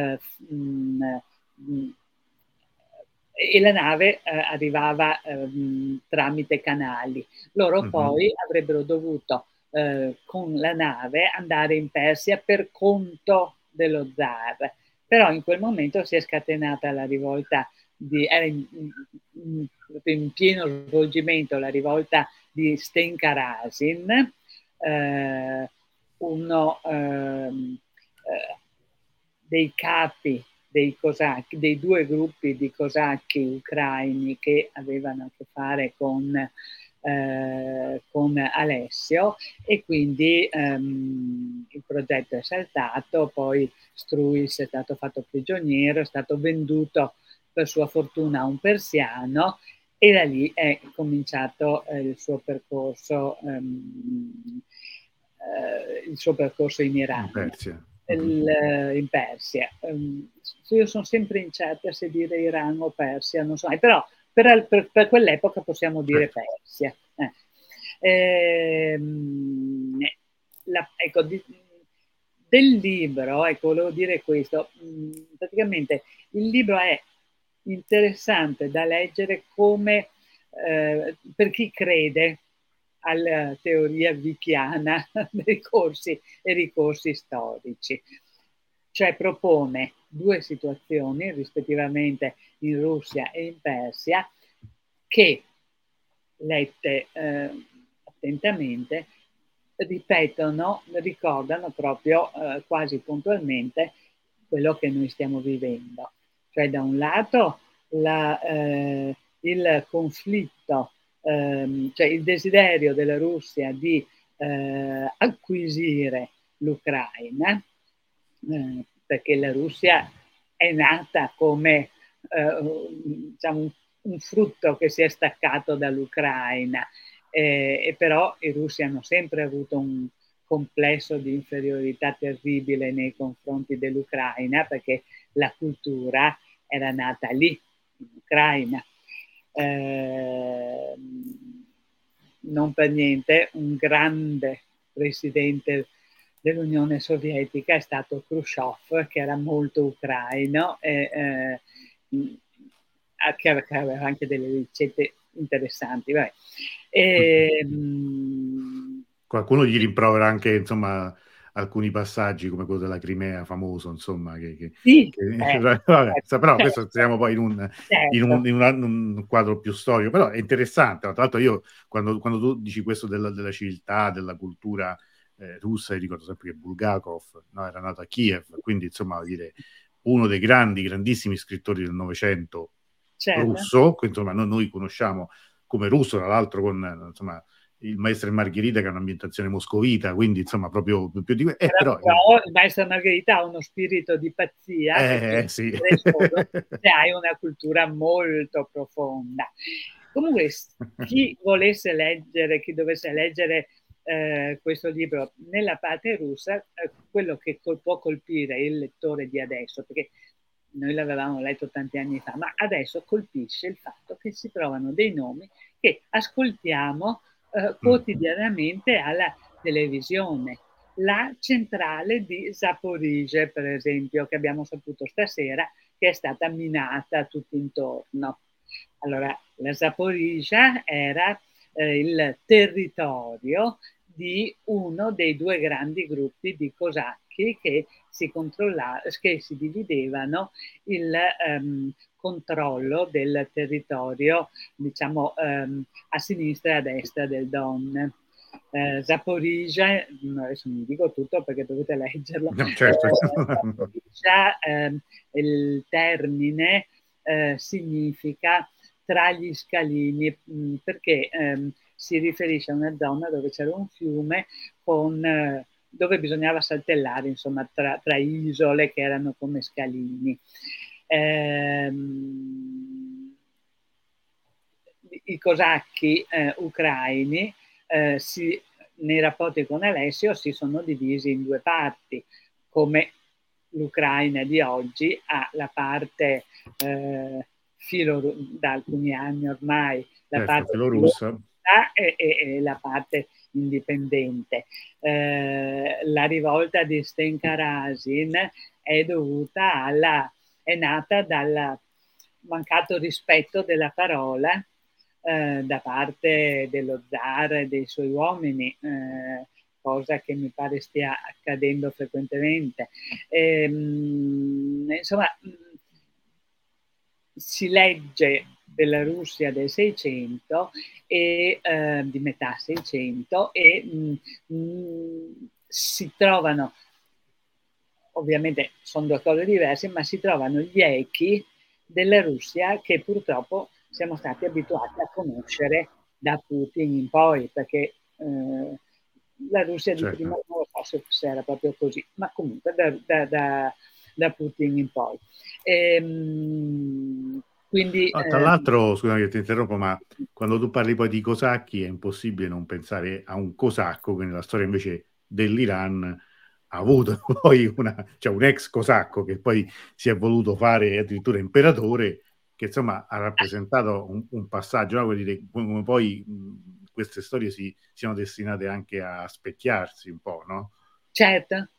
e la nave arrivava tramite canali. Loro poi avrebbero dovuto con la nave andare in Persia per conto dello zar, però in quel momento si è scatenata la rivolta era in pieno svolgimento la rivolta di Sten Karasin, uno dei capi dei cosacchi, dei due gruppi di cosacchi ucraini che avevano a che fare con Alessio, e quindi il progetto è saltato. Poi Struis è stato fatto prigioniero, è stato venduto per sua fortuna a un persiano, e da lì è cominciato il suo percorso in Iran. In Persia. In Persia. Io sono sempre incerta se dire Iran o Persia, non so, però per quell'epoca possiamo dire Persia. Ecco, del libro, ecco, volevo dire questo, praticamente il libro è interessante da leggere come per chi crede alla teoria vicchiana dei corsi e ricorsi storici, cioè propone due situazioni rispettivamente in Russia e in Persia che, lette attentamente, ricordano proprio quasi puntualmente quello che noi stiamo vivendo. Cioè, da un lato il conflitto, cioè il desiderio della Russia di acquisire l'Ucraina, perché la Russia è nata come diciamo un frutto che si è staccato dall'Ucraina, e però i russi hanno sempre avuto un complesso di inferiorità terribile nei confronti dell'Ucraina, perché la cultura era nata lì, in Ucraina. Non per niente un grande presidente dell'Unione Sovietica è stato Khrushchev, che era molto ucraino, che aveva anche delle ricette interessanti. Qualcuno gli rimprovera anche, insomma, alcuni passaggi come quello della Crimea famoso, insomma, vabbè, però questo siamo poi in un quadro più storico, però è interessante. Tra l'altro io quando tu dici questo della civiltà, della cultura russa, io ricordo sempre che Bulgakov, no, era nato a Kiev, quindi insomma dire uno dei grandissimi scrittori del Novecento russo, che insomma noi conosciamo come russo, tra l'altro con insomma il Maestro e Margherita, che è un'ambientazione moscovita, quindi insomma proprio più di... però il Maestro e Margherita ha uno spirito di pazzia, sì. se hai una cultura molto profonda. Comunque, chi dovesse leggere questo libro nella parte russa, quello che può colpire il lettore di adesso, perché noi l'avevamo letto tanti anni fa, ma adesso colpisce il fatto che si trovano dei nomi che ascoltiamo quotidianamente alla televisione. La centrale di Zaporizhzhia, per esempio, che abbiamo saputo stasera, che è stata minata tutto intorno. Allora, la Zaporizhzhia era il territorio di uno dei due grandi gruppi di cosacchi che si dividevano il controllo del territorio, diciamo, a sinistra e a destra del Don. Zaporizhzhia, adesso non dico tutto perché dovete leggerlo, no, certo. Zaporizhzhia, il termine significa tra gli scalini, perché si riferisce a una zona dove c'era un fiume dove bisognava saltellare, insomma, tra isole che erano come scalini. I cosacchi ucraini nei rapporti con Alessio si sono divisi in due parti, come l'Ucraina di oggi ha la parte da alcuni anni ormai, la parte filorussa e la parte indipendente. La rivolta di Stenka Razin è nata dal mancato rispetto della parola da parte dello zar e dei suoi uomini, cosa che mi pare stia accadendo frequentemente. Insomma, si legge della Russia del 600 e di metà 600 e si trovano, ovviamente sono due cose diverse, ma si trovano gli echi della Russia che purtroppo siamo stati abituati a conoscere da Putin in poi, perché la Russia di prima non lo so se era proprio così, ma comunque da Putin in poi. Quindi, tra l'altro, scusami che ti interrompo, ma quando tu parli poi di cosacchi è impossibile non pensare a un cosacco che nella storia invece dell'Iran ha avuto poi un ex cosacco che poi si è voluto fare addirittura imperatore, che insomma ha rappresentato un passaggio, no? Come poi queste storie siano destinate anche a specchiarsi un po', no? Certo.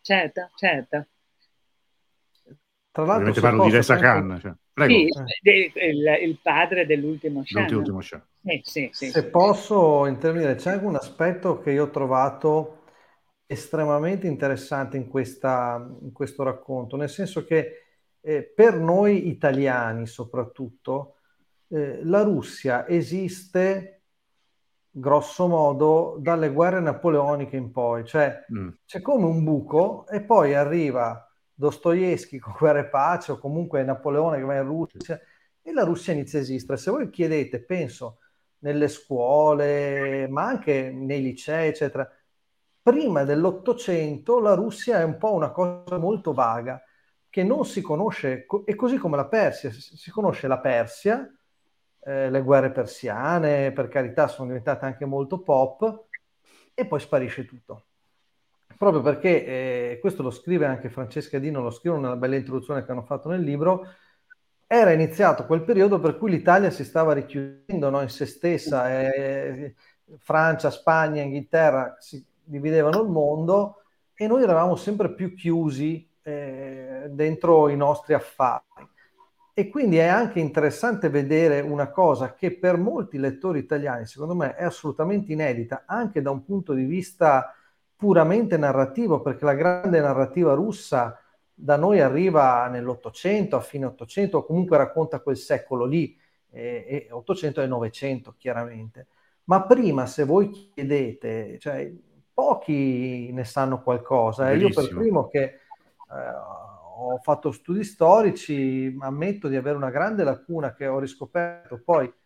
Tra l'altro, ovviamente parlo di Reza Khan, cioè. Prego. Sì, il padre dell'ultimo Shah. Sì. Se posso intervenire, c'è anche un aspetto che io ho trovato estremamente interessante in questo racconto, nel senso che per noi italiani soprattutto la Russia esiste grosso modo dalle guerre napoleoniche in poi, cioè c'è come un buco e poi arriva Dostoevskij con Guerra e Pace o comunque Napoleone che va in Russia e la Russia inizia a esistere. Se voi chiedete, penso, nelle scuole, ma anche nei licei, eccetera, prima dell'Ottocento la Russia è un po' una cosa molto vaga, che non si conosce, e così come la Persia, si conosce la Persia, le guerre persiane, per carità, sono diventate anche molto pop, e poi sparisce tutto. Proprio perché, questo lo scrive anche Francesca Dino, lo scrive nella bella introduzione che hanno fatto nel libro, era iniziato quel periodo per cui l'Italia si stava richiudendo, no, in se stessa, Francia, Spagna, Inghilterra si dividevano il mondo e noi eravamo sempre più chiusi dentro i nostri affari. E quindi è anche interessante vedere una cosa che per molti lettori italiani, secondo me, è assolutamente inedita, anche da un punto di vista puramente narrativo, perché la grande narrativa russa da noi arriva nell'Ottocento, a fine Ottocento, o comunque racconta quel secolo lì, 800 e 900 chiaramente. Ma prima, se voi chiedete, cioè, pochi ne sanno qualcosa. Io per primo che ho fatto studi storici, ammetto di avere una grande lacuna che ho riscoperto poi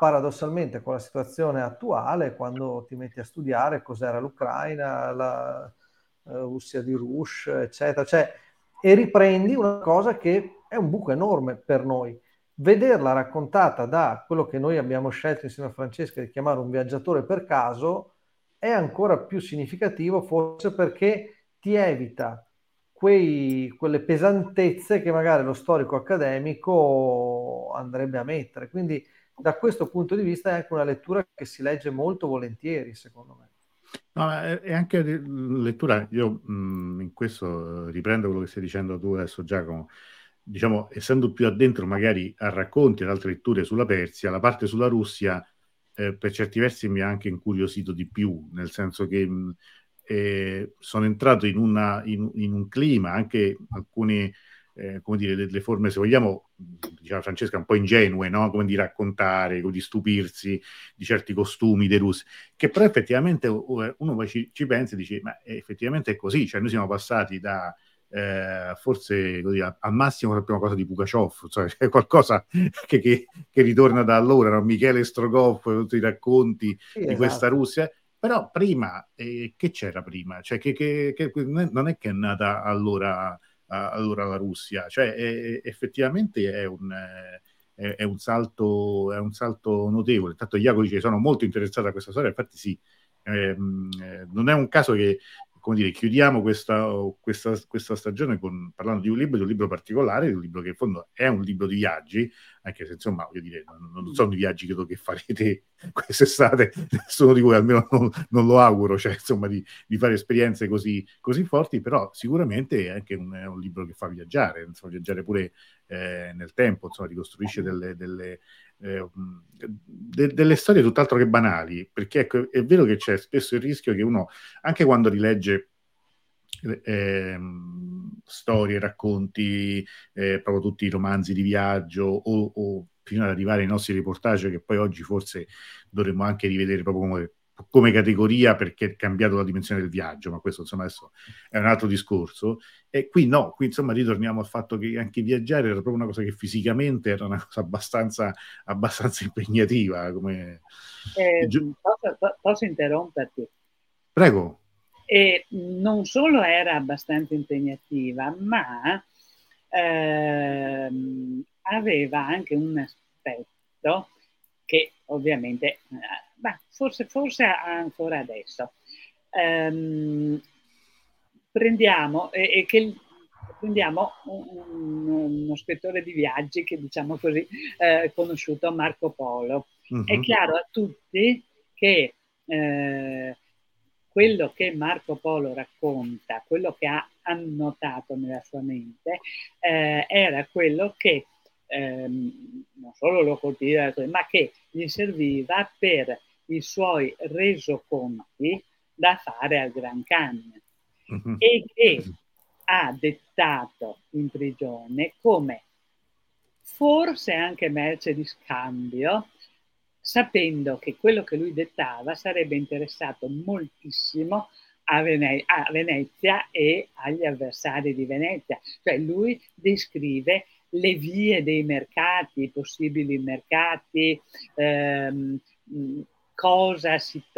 paradossalmente con la situazione attuale, quando ti metti a studiare cos'era l'Ucraina, la Russia di Rush, eccetera, cioè, e riprendi una cosa che è un buco enorme per noi. Vederla raccontata da quello che noi abbiamo scelto insieme a Francesca di chiamare un viaggiatore per caso è ancora più significativo, forse perché ti evita quelle pesantezze che magari lo storico accademico andrebbe a mettere. Quindi da questo punto di vista è anche una lettura che si legge molto volentieri, secondo me. No, è anche lettura, io in questo riprendo quello che stai dicendo tu adesso, Giacomo. Diciamo, essendo più addentro magari a racconti e ad altre letture sulla Persia, la parte sulla Russia per certi versi mi ha anche incuriosito di più, nel senso che sono entrato in un clima, anche alcuni, come dire, delle forme, se vogliamo, diceva Francesca, un po' ingenue, no? Come di raccontare, di stupirsi di certi costumi dei russi, che però effettivamente uno poi ci pensa e dice, ma effettivamente è così, cioè noi siamo passati da forse così, al massimo sappiamo cosa di Pugaciov, cioè è qualcosa che ritorna da allora, no? Michele Strogoff, tutti i racconti di questa Russia. Però prima, che c'era prima? Cioè che non è che è nata allora la Russia, cioè effettivamente è un salto notevole. Tanto Iaco dice che sono molto interessato a questa storia, infatti sì, non è un caso che, come dire, chiudiamo questa stagione parlando di un libro particolare, di un libro che in fondo è un libro di viaggi, anche se insomma, voglio dire, non sono i viaggi che farete quest'estate, nessuno di voi, almeno non lo auguro, cioè insomma di fare esperienze così forti, però sicuramente è anche un libro che fa viaggiare, insomma, viaggiare pure nel tempo, insomma, ricostruisce delle storie tutt'altro che banali, perché ecco, è vero che c'è spesso il rischio che uno, anche quando rilegge storie, racconti, proprio tutti i romanzi di viaggio o fino ad arrivare ai nostri reportage, che poi oggi forse dovremmo anche rivedere proprio come categoria, perché è cambiato la dimensione del viaggio, ma questo insomma adesso è un altro discorso. E qui no, qui insomma ritorniamo al fatto che anche viaggiare era proprio una cosa che fisicamente era una cosa abbastanza impegnativa. Posso interromperti? Prego. E non solo era abbastanza impegnativa, ma aveva anche un aspetto che ovviamente, forse ancora adesso. Prendiamo uno scrittore di viaggi che, diciamo così, conosciuto, Marco Polo. Uh-huh. È chiaro a tutti che quello che Marco Polo racconta, quello che ha annotato nella sua mente, era quello che non solo lo colpiva, ma che gli serviva per i suoi resoconti da fare al Gran Khan, uh-huh. E che ha dettato in prigione come forse anche merce di scambio, sapendo che quello che lui dettava sarebbe interessato moltissimo a Venezia e agli avversari di Venezia. Cioè lui descrive le vie dei mercati, i possibili mercati, cosa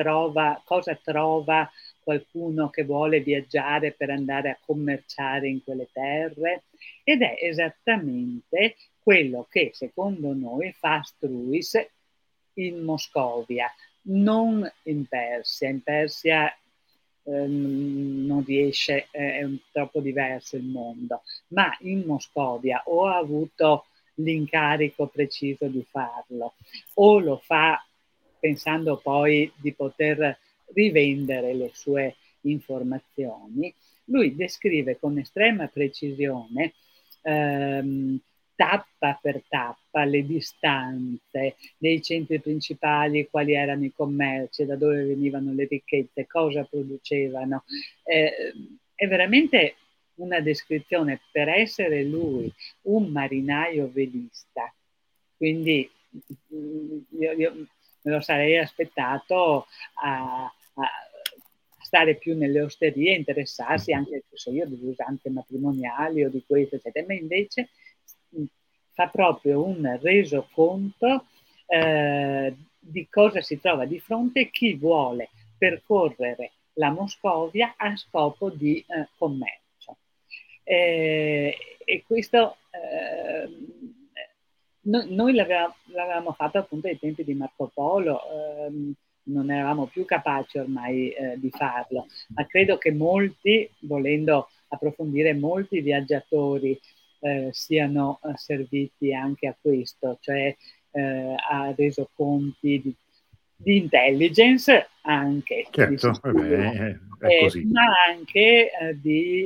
trova qualcuno che vuole viaggiare per andare a commerciare in quelle terre, ed è esattamente quello che secondo noi fa Struis in Moscovia, non in Persia. In Persia non riesce, è troppo diverso il mondo, ma in Moscovia o ha avuto l'incarico preciso di farlo, o lo fa pensando poi di poter rivendere le sue informazioni. Lui descrive con estrema precisione tappa per tappa le distanze dei centri principali, quali erano i commerci, da dove venivano le ricchezze, cosa producevano. È veramente una descrizione, per essere lui un marinaio velista, quindi io me lo sarei aspettato a stare più nelle osterie, interessarsi anche delle usanze matrimoniali o di questo, eccetera, ma invece fa proprio un resoconto di cosa si trova di fronte chi vuole percorrere la Moscovia a scopo di commercio. E questo noi l'avevamo fatto appunto ai tempi di Marco Polo, non eravamo più capaci ormai di farlo, ma credo che molti, volendo approfondire, molti viaggiatori siano serviti anche a questo, cioè a resoconti di intelligence anche, certo, è così. ma anche di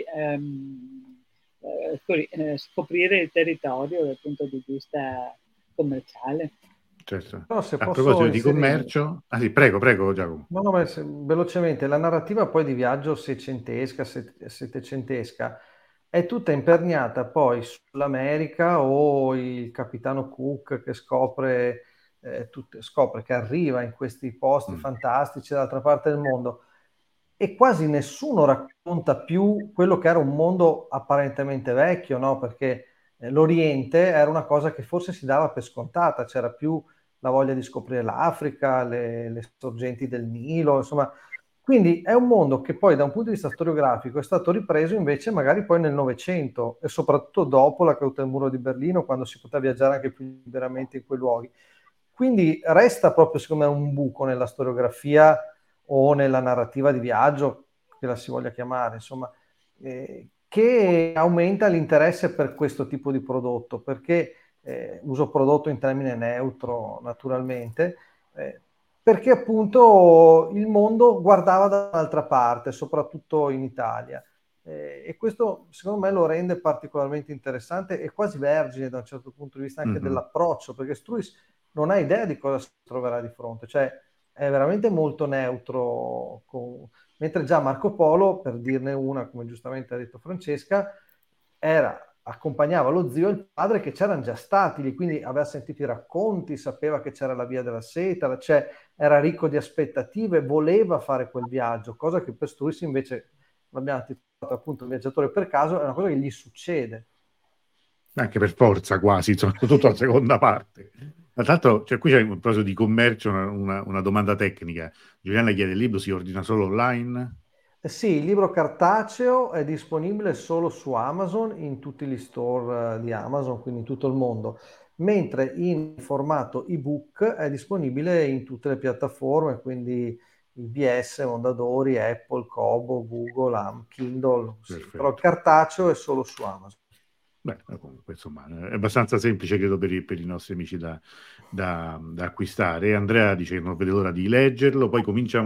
scoprire il territorio dal punto di vista commerciale. Certo. No, a proposito di commercio, sì, prego Giacomo. No, ma velocemente, la narrativa poi di viaggio seicentesca, settecentesca è tutta imperniata poi sull'America o il capitano Cook che scopre che arriva in questi posti fantastici dall'altra parte del mondo, e quasi nessuno racconta più quello che era un mondo apparentemente vecchio, no? Perché l'Oriente era una cosa che forse si dava per scontata, c'era più la voglia di scoprire l'Africa, le sorgenti del Nilo, insomma. Quindi è un mondo che poi da un punto di vista storiografico è stato ripreso invece magari poi nel Novecento e soprattutto dopo la caduta del muro di Berlino, quando si poteva viaggiare anche più liberamente in quei luoghi. Quindi resta proprio secondo me un buco nella storiografia o nella narrativa di viaggio, che la si voglia chiamare, insomma, che aumenta l'interesse per questo tipo di prodotto, perché uso prodotto in termine neutro naturalmente, perché appunto il mondo guardava dall'altra parte, soprattutto in Italia. E questo secondo me lo rende particolarmente interessante e quasi vergine da un certo punto di vista anche dell'approccio, perché Struis non ha idea di cosa si troverà di fronte, cioè è veramente molto neutro, mentre già Marco Polo, per dirne una, come giustamente ha detto Francesca, accompagnava lo zio e il padre che c'erano già stati lì, quindi aveva sentito i racconti, sapeva che c'era la via della seta, cioè era ricco di aspettative, voleva fare quel viaggio, cosa che per Struis invece, l'abbiamo titolato appunto il viaggiatore per caso, è una cosa che gli succede. Anche per forza quasi, soprattutto la seconda parte. Tra l'altro, qui c'è un proposito di commercio una domanda tecnica. Giuliana chiede: il libro si ordina solo online? Sì, il libro cartaceo è disponibile solo su Amazon, in tutti gli store di Amazon, quindi in tutto il mondo, mentre in formato ebook è disponibile in tutte le piattaforme, quindi IBS, Mondadori, Apple, Kobo, Google, Kindle, sì, però il cartaceo è solo su Amazon. Beh, comunque insomma è abbastanza semplice, credo, per i nostri amici da acquistare. Andrea dice che non vede l'ora di leggerlo, poi comincia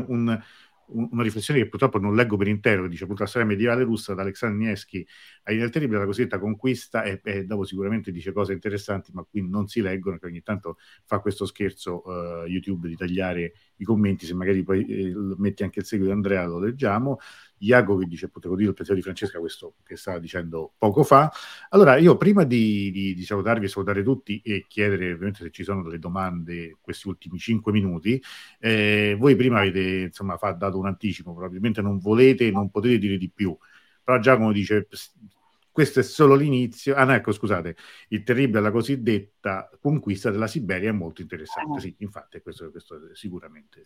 una riflessione che purtroppo non leggo per intero, che dice appunto la storia medievale russa da Alexander Nevsky a Daniel Terribile, la cosiddetta conquista, e dopo sicuramente dice cose interessanti, ma qui non si leggono, che ogni tanto fa questo scherzo YouTube di tagliare i commenti, se magari poi metti anche il seguito di Andrea lo leggiamo. Iago che dice, potevo dire il pensiero di Francesca, questo che stava dicendo poco fa. Allora, io prima di salutarvi e salutare tutti e chiedere ovviamente se ci sono delle domande questi ultimi 5 minuti, voi prima avete insomma dato un anticipo, probabilmente non volete, non potete dire di più, però Giacomo dice questo è solo l'inizio. Ah no, ecco, scusate, il terribile, la cosiddetta conquista della Siberia è molto interessante. Sì, infatti questo sicuramente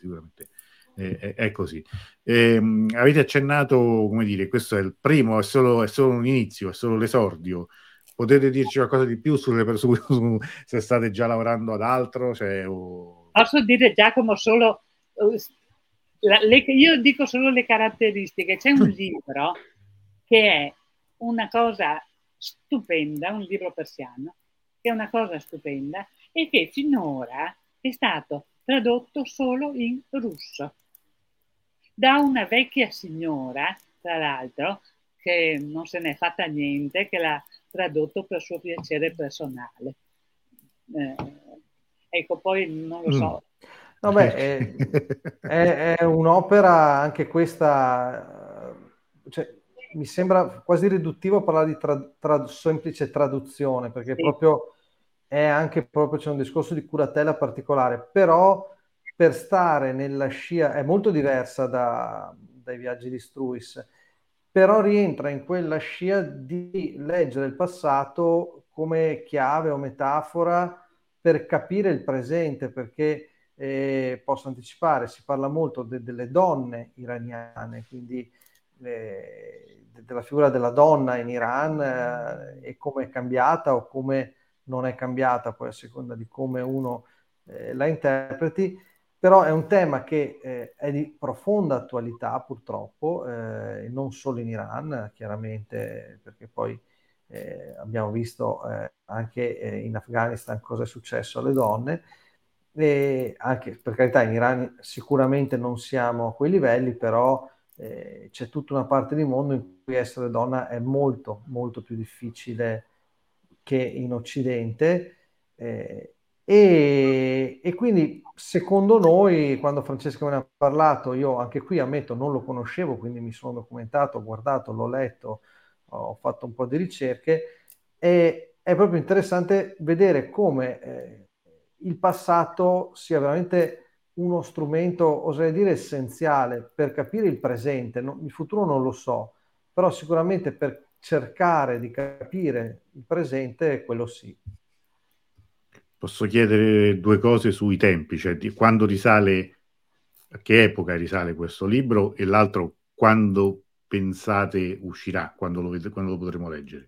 è così. Avete accennato, come dire, questo è il primo, è solo un inizio, è solo l'esordio. Potete dirci qualcosa di più sulle persone, se state già lavorando ad altro? Posso dire, Giacomo, solo io dico solo le caratteristiche. C'è un libro che è una cosa stupenda, un libro persiano, che è una cosa stupenda e che finora è stato tradotto solo in russo da una vecchia signora, tra l'altro, che non se n'è fatta niente, che l'ha tradotto per suo piacere personale. Ecco, poi non lo so. Vabbè, è un'opera anche questa, cioè, mi sembra quasi riduttivo parlare di semplice traduzione, perché proprio è anche proprio c'è un discorso di curatela particolare, però per stare nella scia è molto diversa dai viaggi di Struis, però rientra in quella scia di leggere il passato come chiave o metafora per capire il presente, perché posso anticipare, si parla molto delle donne iraniane, quindi della figura della donna in Iran e come è cambiata o come non è cambiata, poi a seconda di come uno la interpreti, però è un tema che è di profonda attualità purtroppo, non solo in Iran, chiaramente, perché poi abbiamo visto anche in Afghanistan cosa è successo alle donne, e anche per carità in Iran sicuramente non siamo a quei livelli, però c'è tutta una parte di mondo in cui essere donna è molto molto più difficile che in Occidente, e quindi secondo noi, quando Francesca me ne ha parlato, io anche qui ammetto non lo conoscevo, quindi mi sono documentato, ho guardato, l'ho letto, ho fatto un po' di ricerche, e è proprio interessante vedere come il passato sia veramente uno strumento, oserei dire, essenziale per capire il presente. Il futuro non lo so, però sicuramente per cercare di capire il presente, quello sì. Posso chiedere due cose sui tempi, cioè di quando risale, a che epoca risale questo libro, e l'altro quando pensate uscirà, quando lo potremo leggere?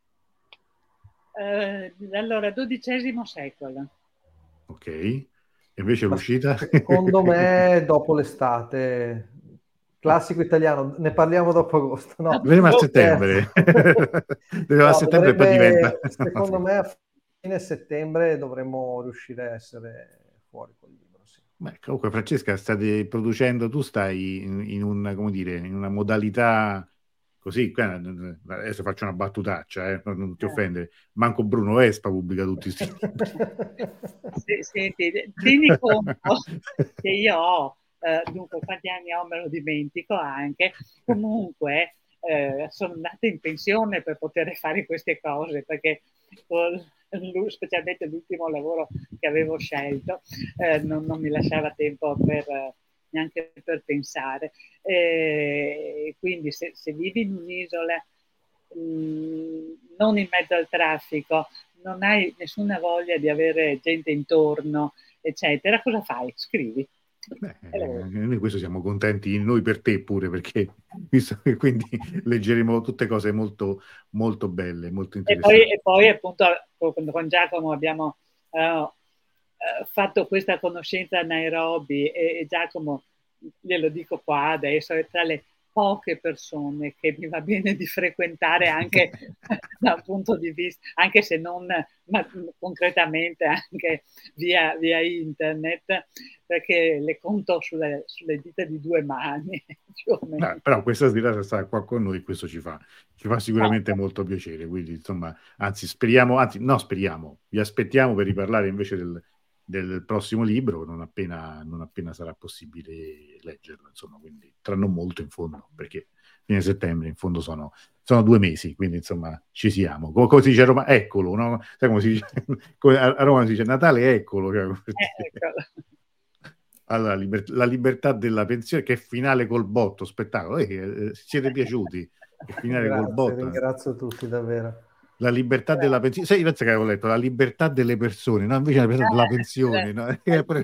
Allora, XII secolo. Ok, e invece l'uscita? Secondo me dopo l'estate, classico italiano, ne parliamo dopo agosto, no? Vedremo a settembre. Vedremo a No, settembre e poi diventa. secondo me a fine settembre dovremmo riuscire a essere fuori col libro, sì. Beh, comunque Francesca, state producendo, tu stai in una, come dire, in una modalità così, adesso faccio una battutaccia, non ti offendere, manco Bruno Vespa pubblica tutti questi libri. Senti, tieni conto che io ho, dunque quanti anni ho me lo dimentico anche, comunque sono andata in pensione per poter fare queste cose, perché specialmente l'ultimo lavoro che avevo scelto non mi lasciava tempo neanche per pensare. Quindi se vivi in un'isola non in mezzo al traffico, non hai nessuna voglia di avere gente intorno, eccetera, cosa fai? Scrivi. Noi questo siamo contenti, noi per te pure, perché visto che quindi leggeremo tutte cose molto, molto belle, molto interessanti. E poi appunto con Giacomo abbiamo fatto questa conoscenza a Nairobi, e Giacomo, glielo dico qua adesso, è tra le poche persone che mi va bene di frequentare anche da un punto di vista, anche se non ma concretamente, anche via internet, perché le conto sulle dita di due mani. Più o meno. Però questa sera sta qua con noi, questo ci fa sicuramente molto piacere, quindi insomma, anzi speriamo, vi aspettiamo per riparlare invece del prossimo libro non appena sarà possibile leggerlo, insomma, quindi tra non molto in fondo, perché fine settembre in fondo sono 2 mesi, quindi insomma ci siamo. Come si dice a Roma, eccolo, no? Sai come si dice? A Roma si dice Natale, eccolo. Eccolo. Allora, la libertà della pensione, che è finale col botto, spettacolo. Siete piaciuti? Che finale Grazie, col botto. Ringrazio tutti davvero. La libertà della pensione. Sai, pensa che avevo letto la libertà delle persone, no? Invece la libertà della pensione, no?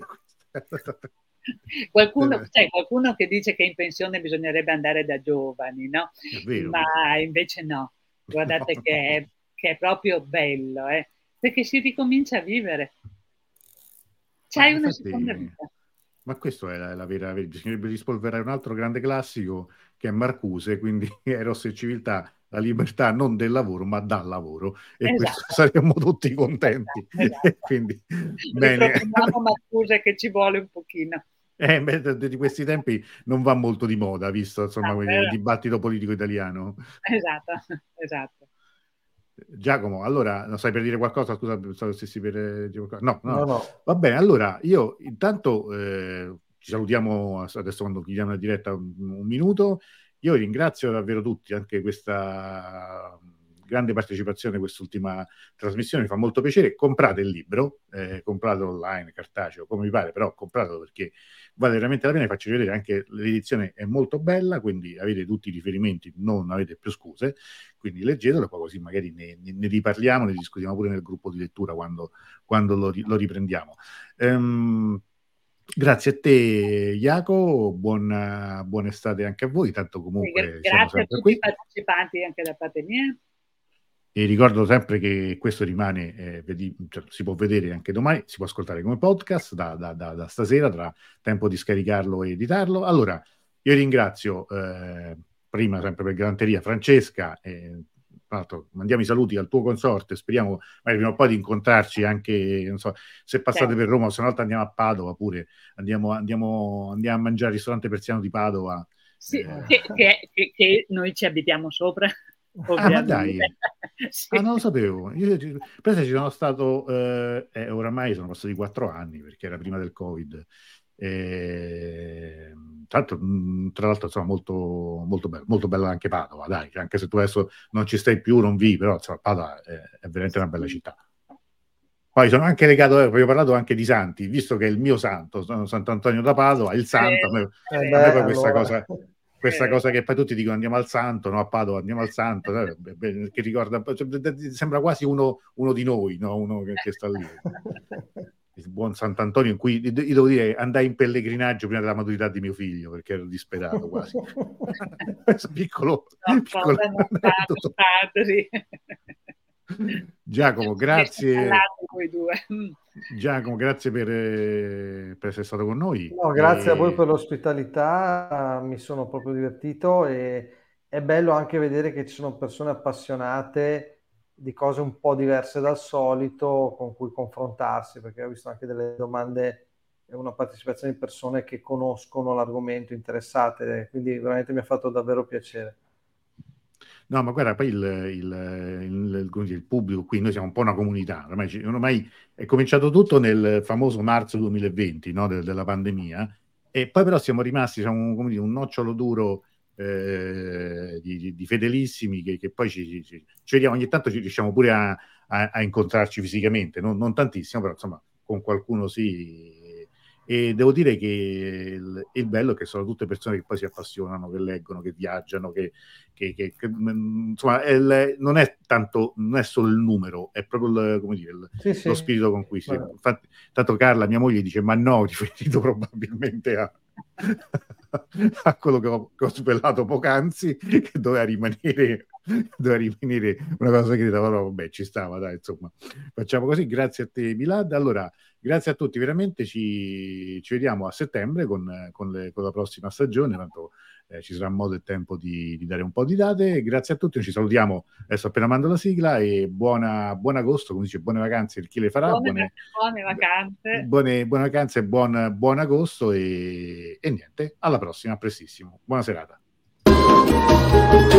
Qualcuno che dice che in pensione bisognerebbe andare da giovani, no? È vero. Ma invece no. Guardate no. Che è proprio bello, perché si ricomincia a vivere. C'hai una seconda vita. Ma questo è la vera. Bisognerebbe rispolverare un altro grande classico che è Marcuse, quindi Eros e Civiltà, la libertà non del lavoro ma dal lavoro, e questo saremmo tutti contenti. Esatto. Quindi bene. Marcuse che ci vuole un pochino. Di questi tempi non va molto di moda, visto insomma il dibattito politico italiano. Esatto. Giacomo, allora, non sai per dire qualcosa? Scusa, stessi per dire qualcosa. No. Va bene, allora io intanto ci salutiamo adesso quando chiudiamo la diretta un minuto. Io ringrazio davvero tutti, anche questa grande partecipazione a quest'ultima trasmissione, mi fa molto piacere. Comprate il libro, compratelo online, cartaceo, come vi pare, però compratelo perché vale veramente la pena. Faccio vedere anche l'edizione è molto bella, quindi avete tutti i riferimenti, non avete più scuse, quindi leggetelo, poi così magari ne riparliamo, ne discutiamo pure nel gruppo di lettura quando lo riprendiamo. Grazie a te Jaco, buona estate anche a voi, tanto comunque grazie a tutti i partecipanti anche da parte mia. E ricordo sempre che questo rimane, cioè, si può vedere anche domani, si può ascoltare come podcast da stasera, tra tempo di scaricarlo e editarlo. Allora, io ringrazio prima sempre per galanteria Francesca, tra l'altro mandiamo i saluti al tuo consorte, speriamo magari prima o poi di incontrarci anche, non so, se passate per Roma, se una volta andiamo a Padova pure, andiamo a mangiare al ristorante persiano di Padova. Sì, che noi ci abitiamo sopra. Ma dai, sì. Non lo sapevo. Io penso ci sono stato, oramai sono passati 4 anni perché era prima del Covid. Tra l'altro insomma molto bella anche Padova, dai, anche se tu adesso non ci stai più, non vivi, però insomma, Padova è veramente una bella città. Poi sono anche legato, ho parlato anche di santi, visto che è il mio santo, Sant'Antonio da Padova, il santo, a me poi questa cosa che poi tutti dicono andiamo al santo, no, a Padova andiamo al santo, che ricorda, sembra quasi uno di noi, no? Uno che sta lì. Il buon Sant'Antonio, in cui io devo dire andai in pellegrinaggio prima della maturità di mio figlio perché ero disperato quasi. Questo piccolo Giacomo, grazie. Giacomo, grazie per essere stato con noi. No, grazie a voi per l'ospitalità, mi sono proprio divertito e è bello anche vedere che ci sono persone appassionate di cose un po' diverse dal solito con cui confrontarsi, perché ho visto anche delle domande e una partecipazione di persone che conoscono l'argomento, interessate, quindi veramente mi ha fatto davvero piacere. No, ma guarda, poi il pubblico qui, noi siamo un po' una comunità, ormai è cominciato tutto nel famoso marzo 2020, no, della pandemia, e poi però siamo rimasti, diciamo, come dire, un nocciolo duro di fedelissimi che poi ci vediamo, ogni tanto ci riusciamo pure a incontrarci fisicamente, non tantissimo, però insomma con qualcuno sì. E devo dire che il bello è che sono tutte persone che poi si appassionano, che leggono, che viaggiano, che insomma non è solo il numero, è proprio lo spirito con cui si. Infatti, tanto Carla, mia moglie, dice ma no, riferito probabilmente a quello che ho svellato poc'anzi, che doveva rimanere una cosa segreta, però vabbè, ci stava, dai, insomma, facciamo così. Grazie a te Milad. Allora, grazie a tutti, veramente ci vediamo a settembre con la prossima stagione, tanto ci sarà modo e tempo di dare un po' di date. Grazie a tutti, ci salutiamo adesso appena mando la sigla e buon agosto, come dice, buone vacanze per chi le farà, buone vacanze, buone vacanze, buon agosto e niente, alla prossima, prestissimo, buona serata.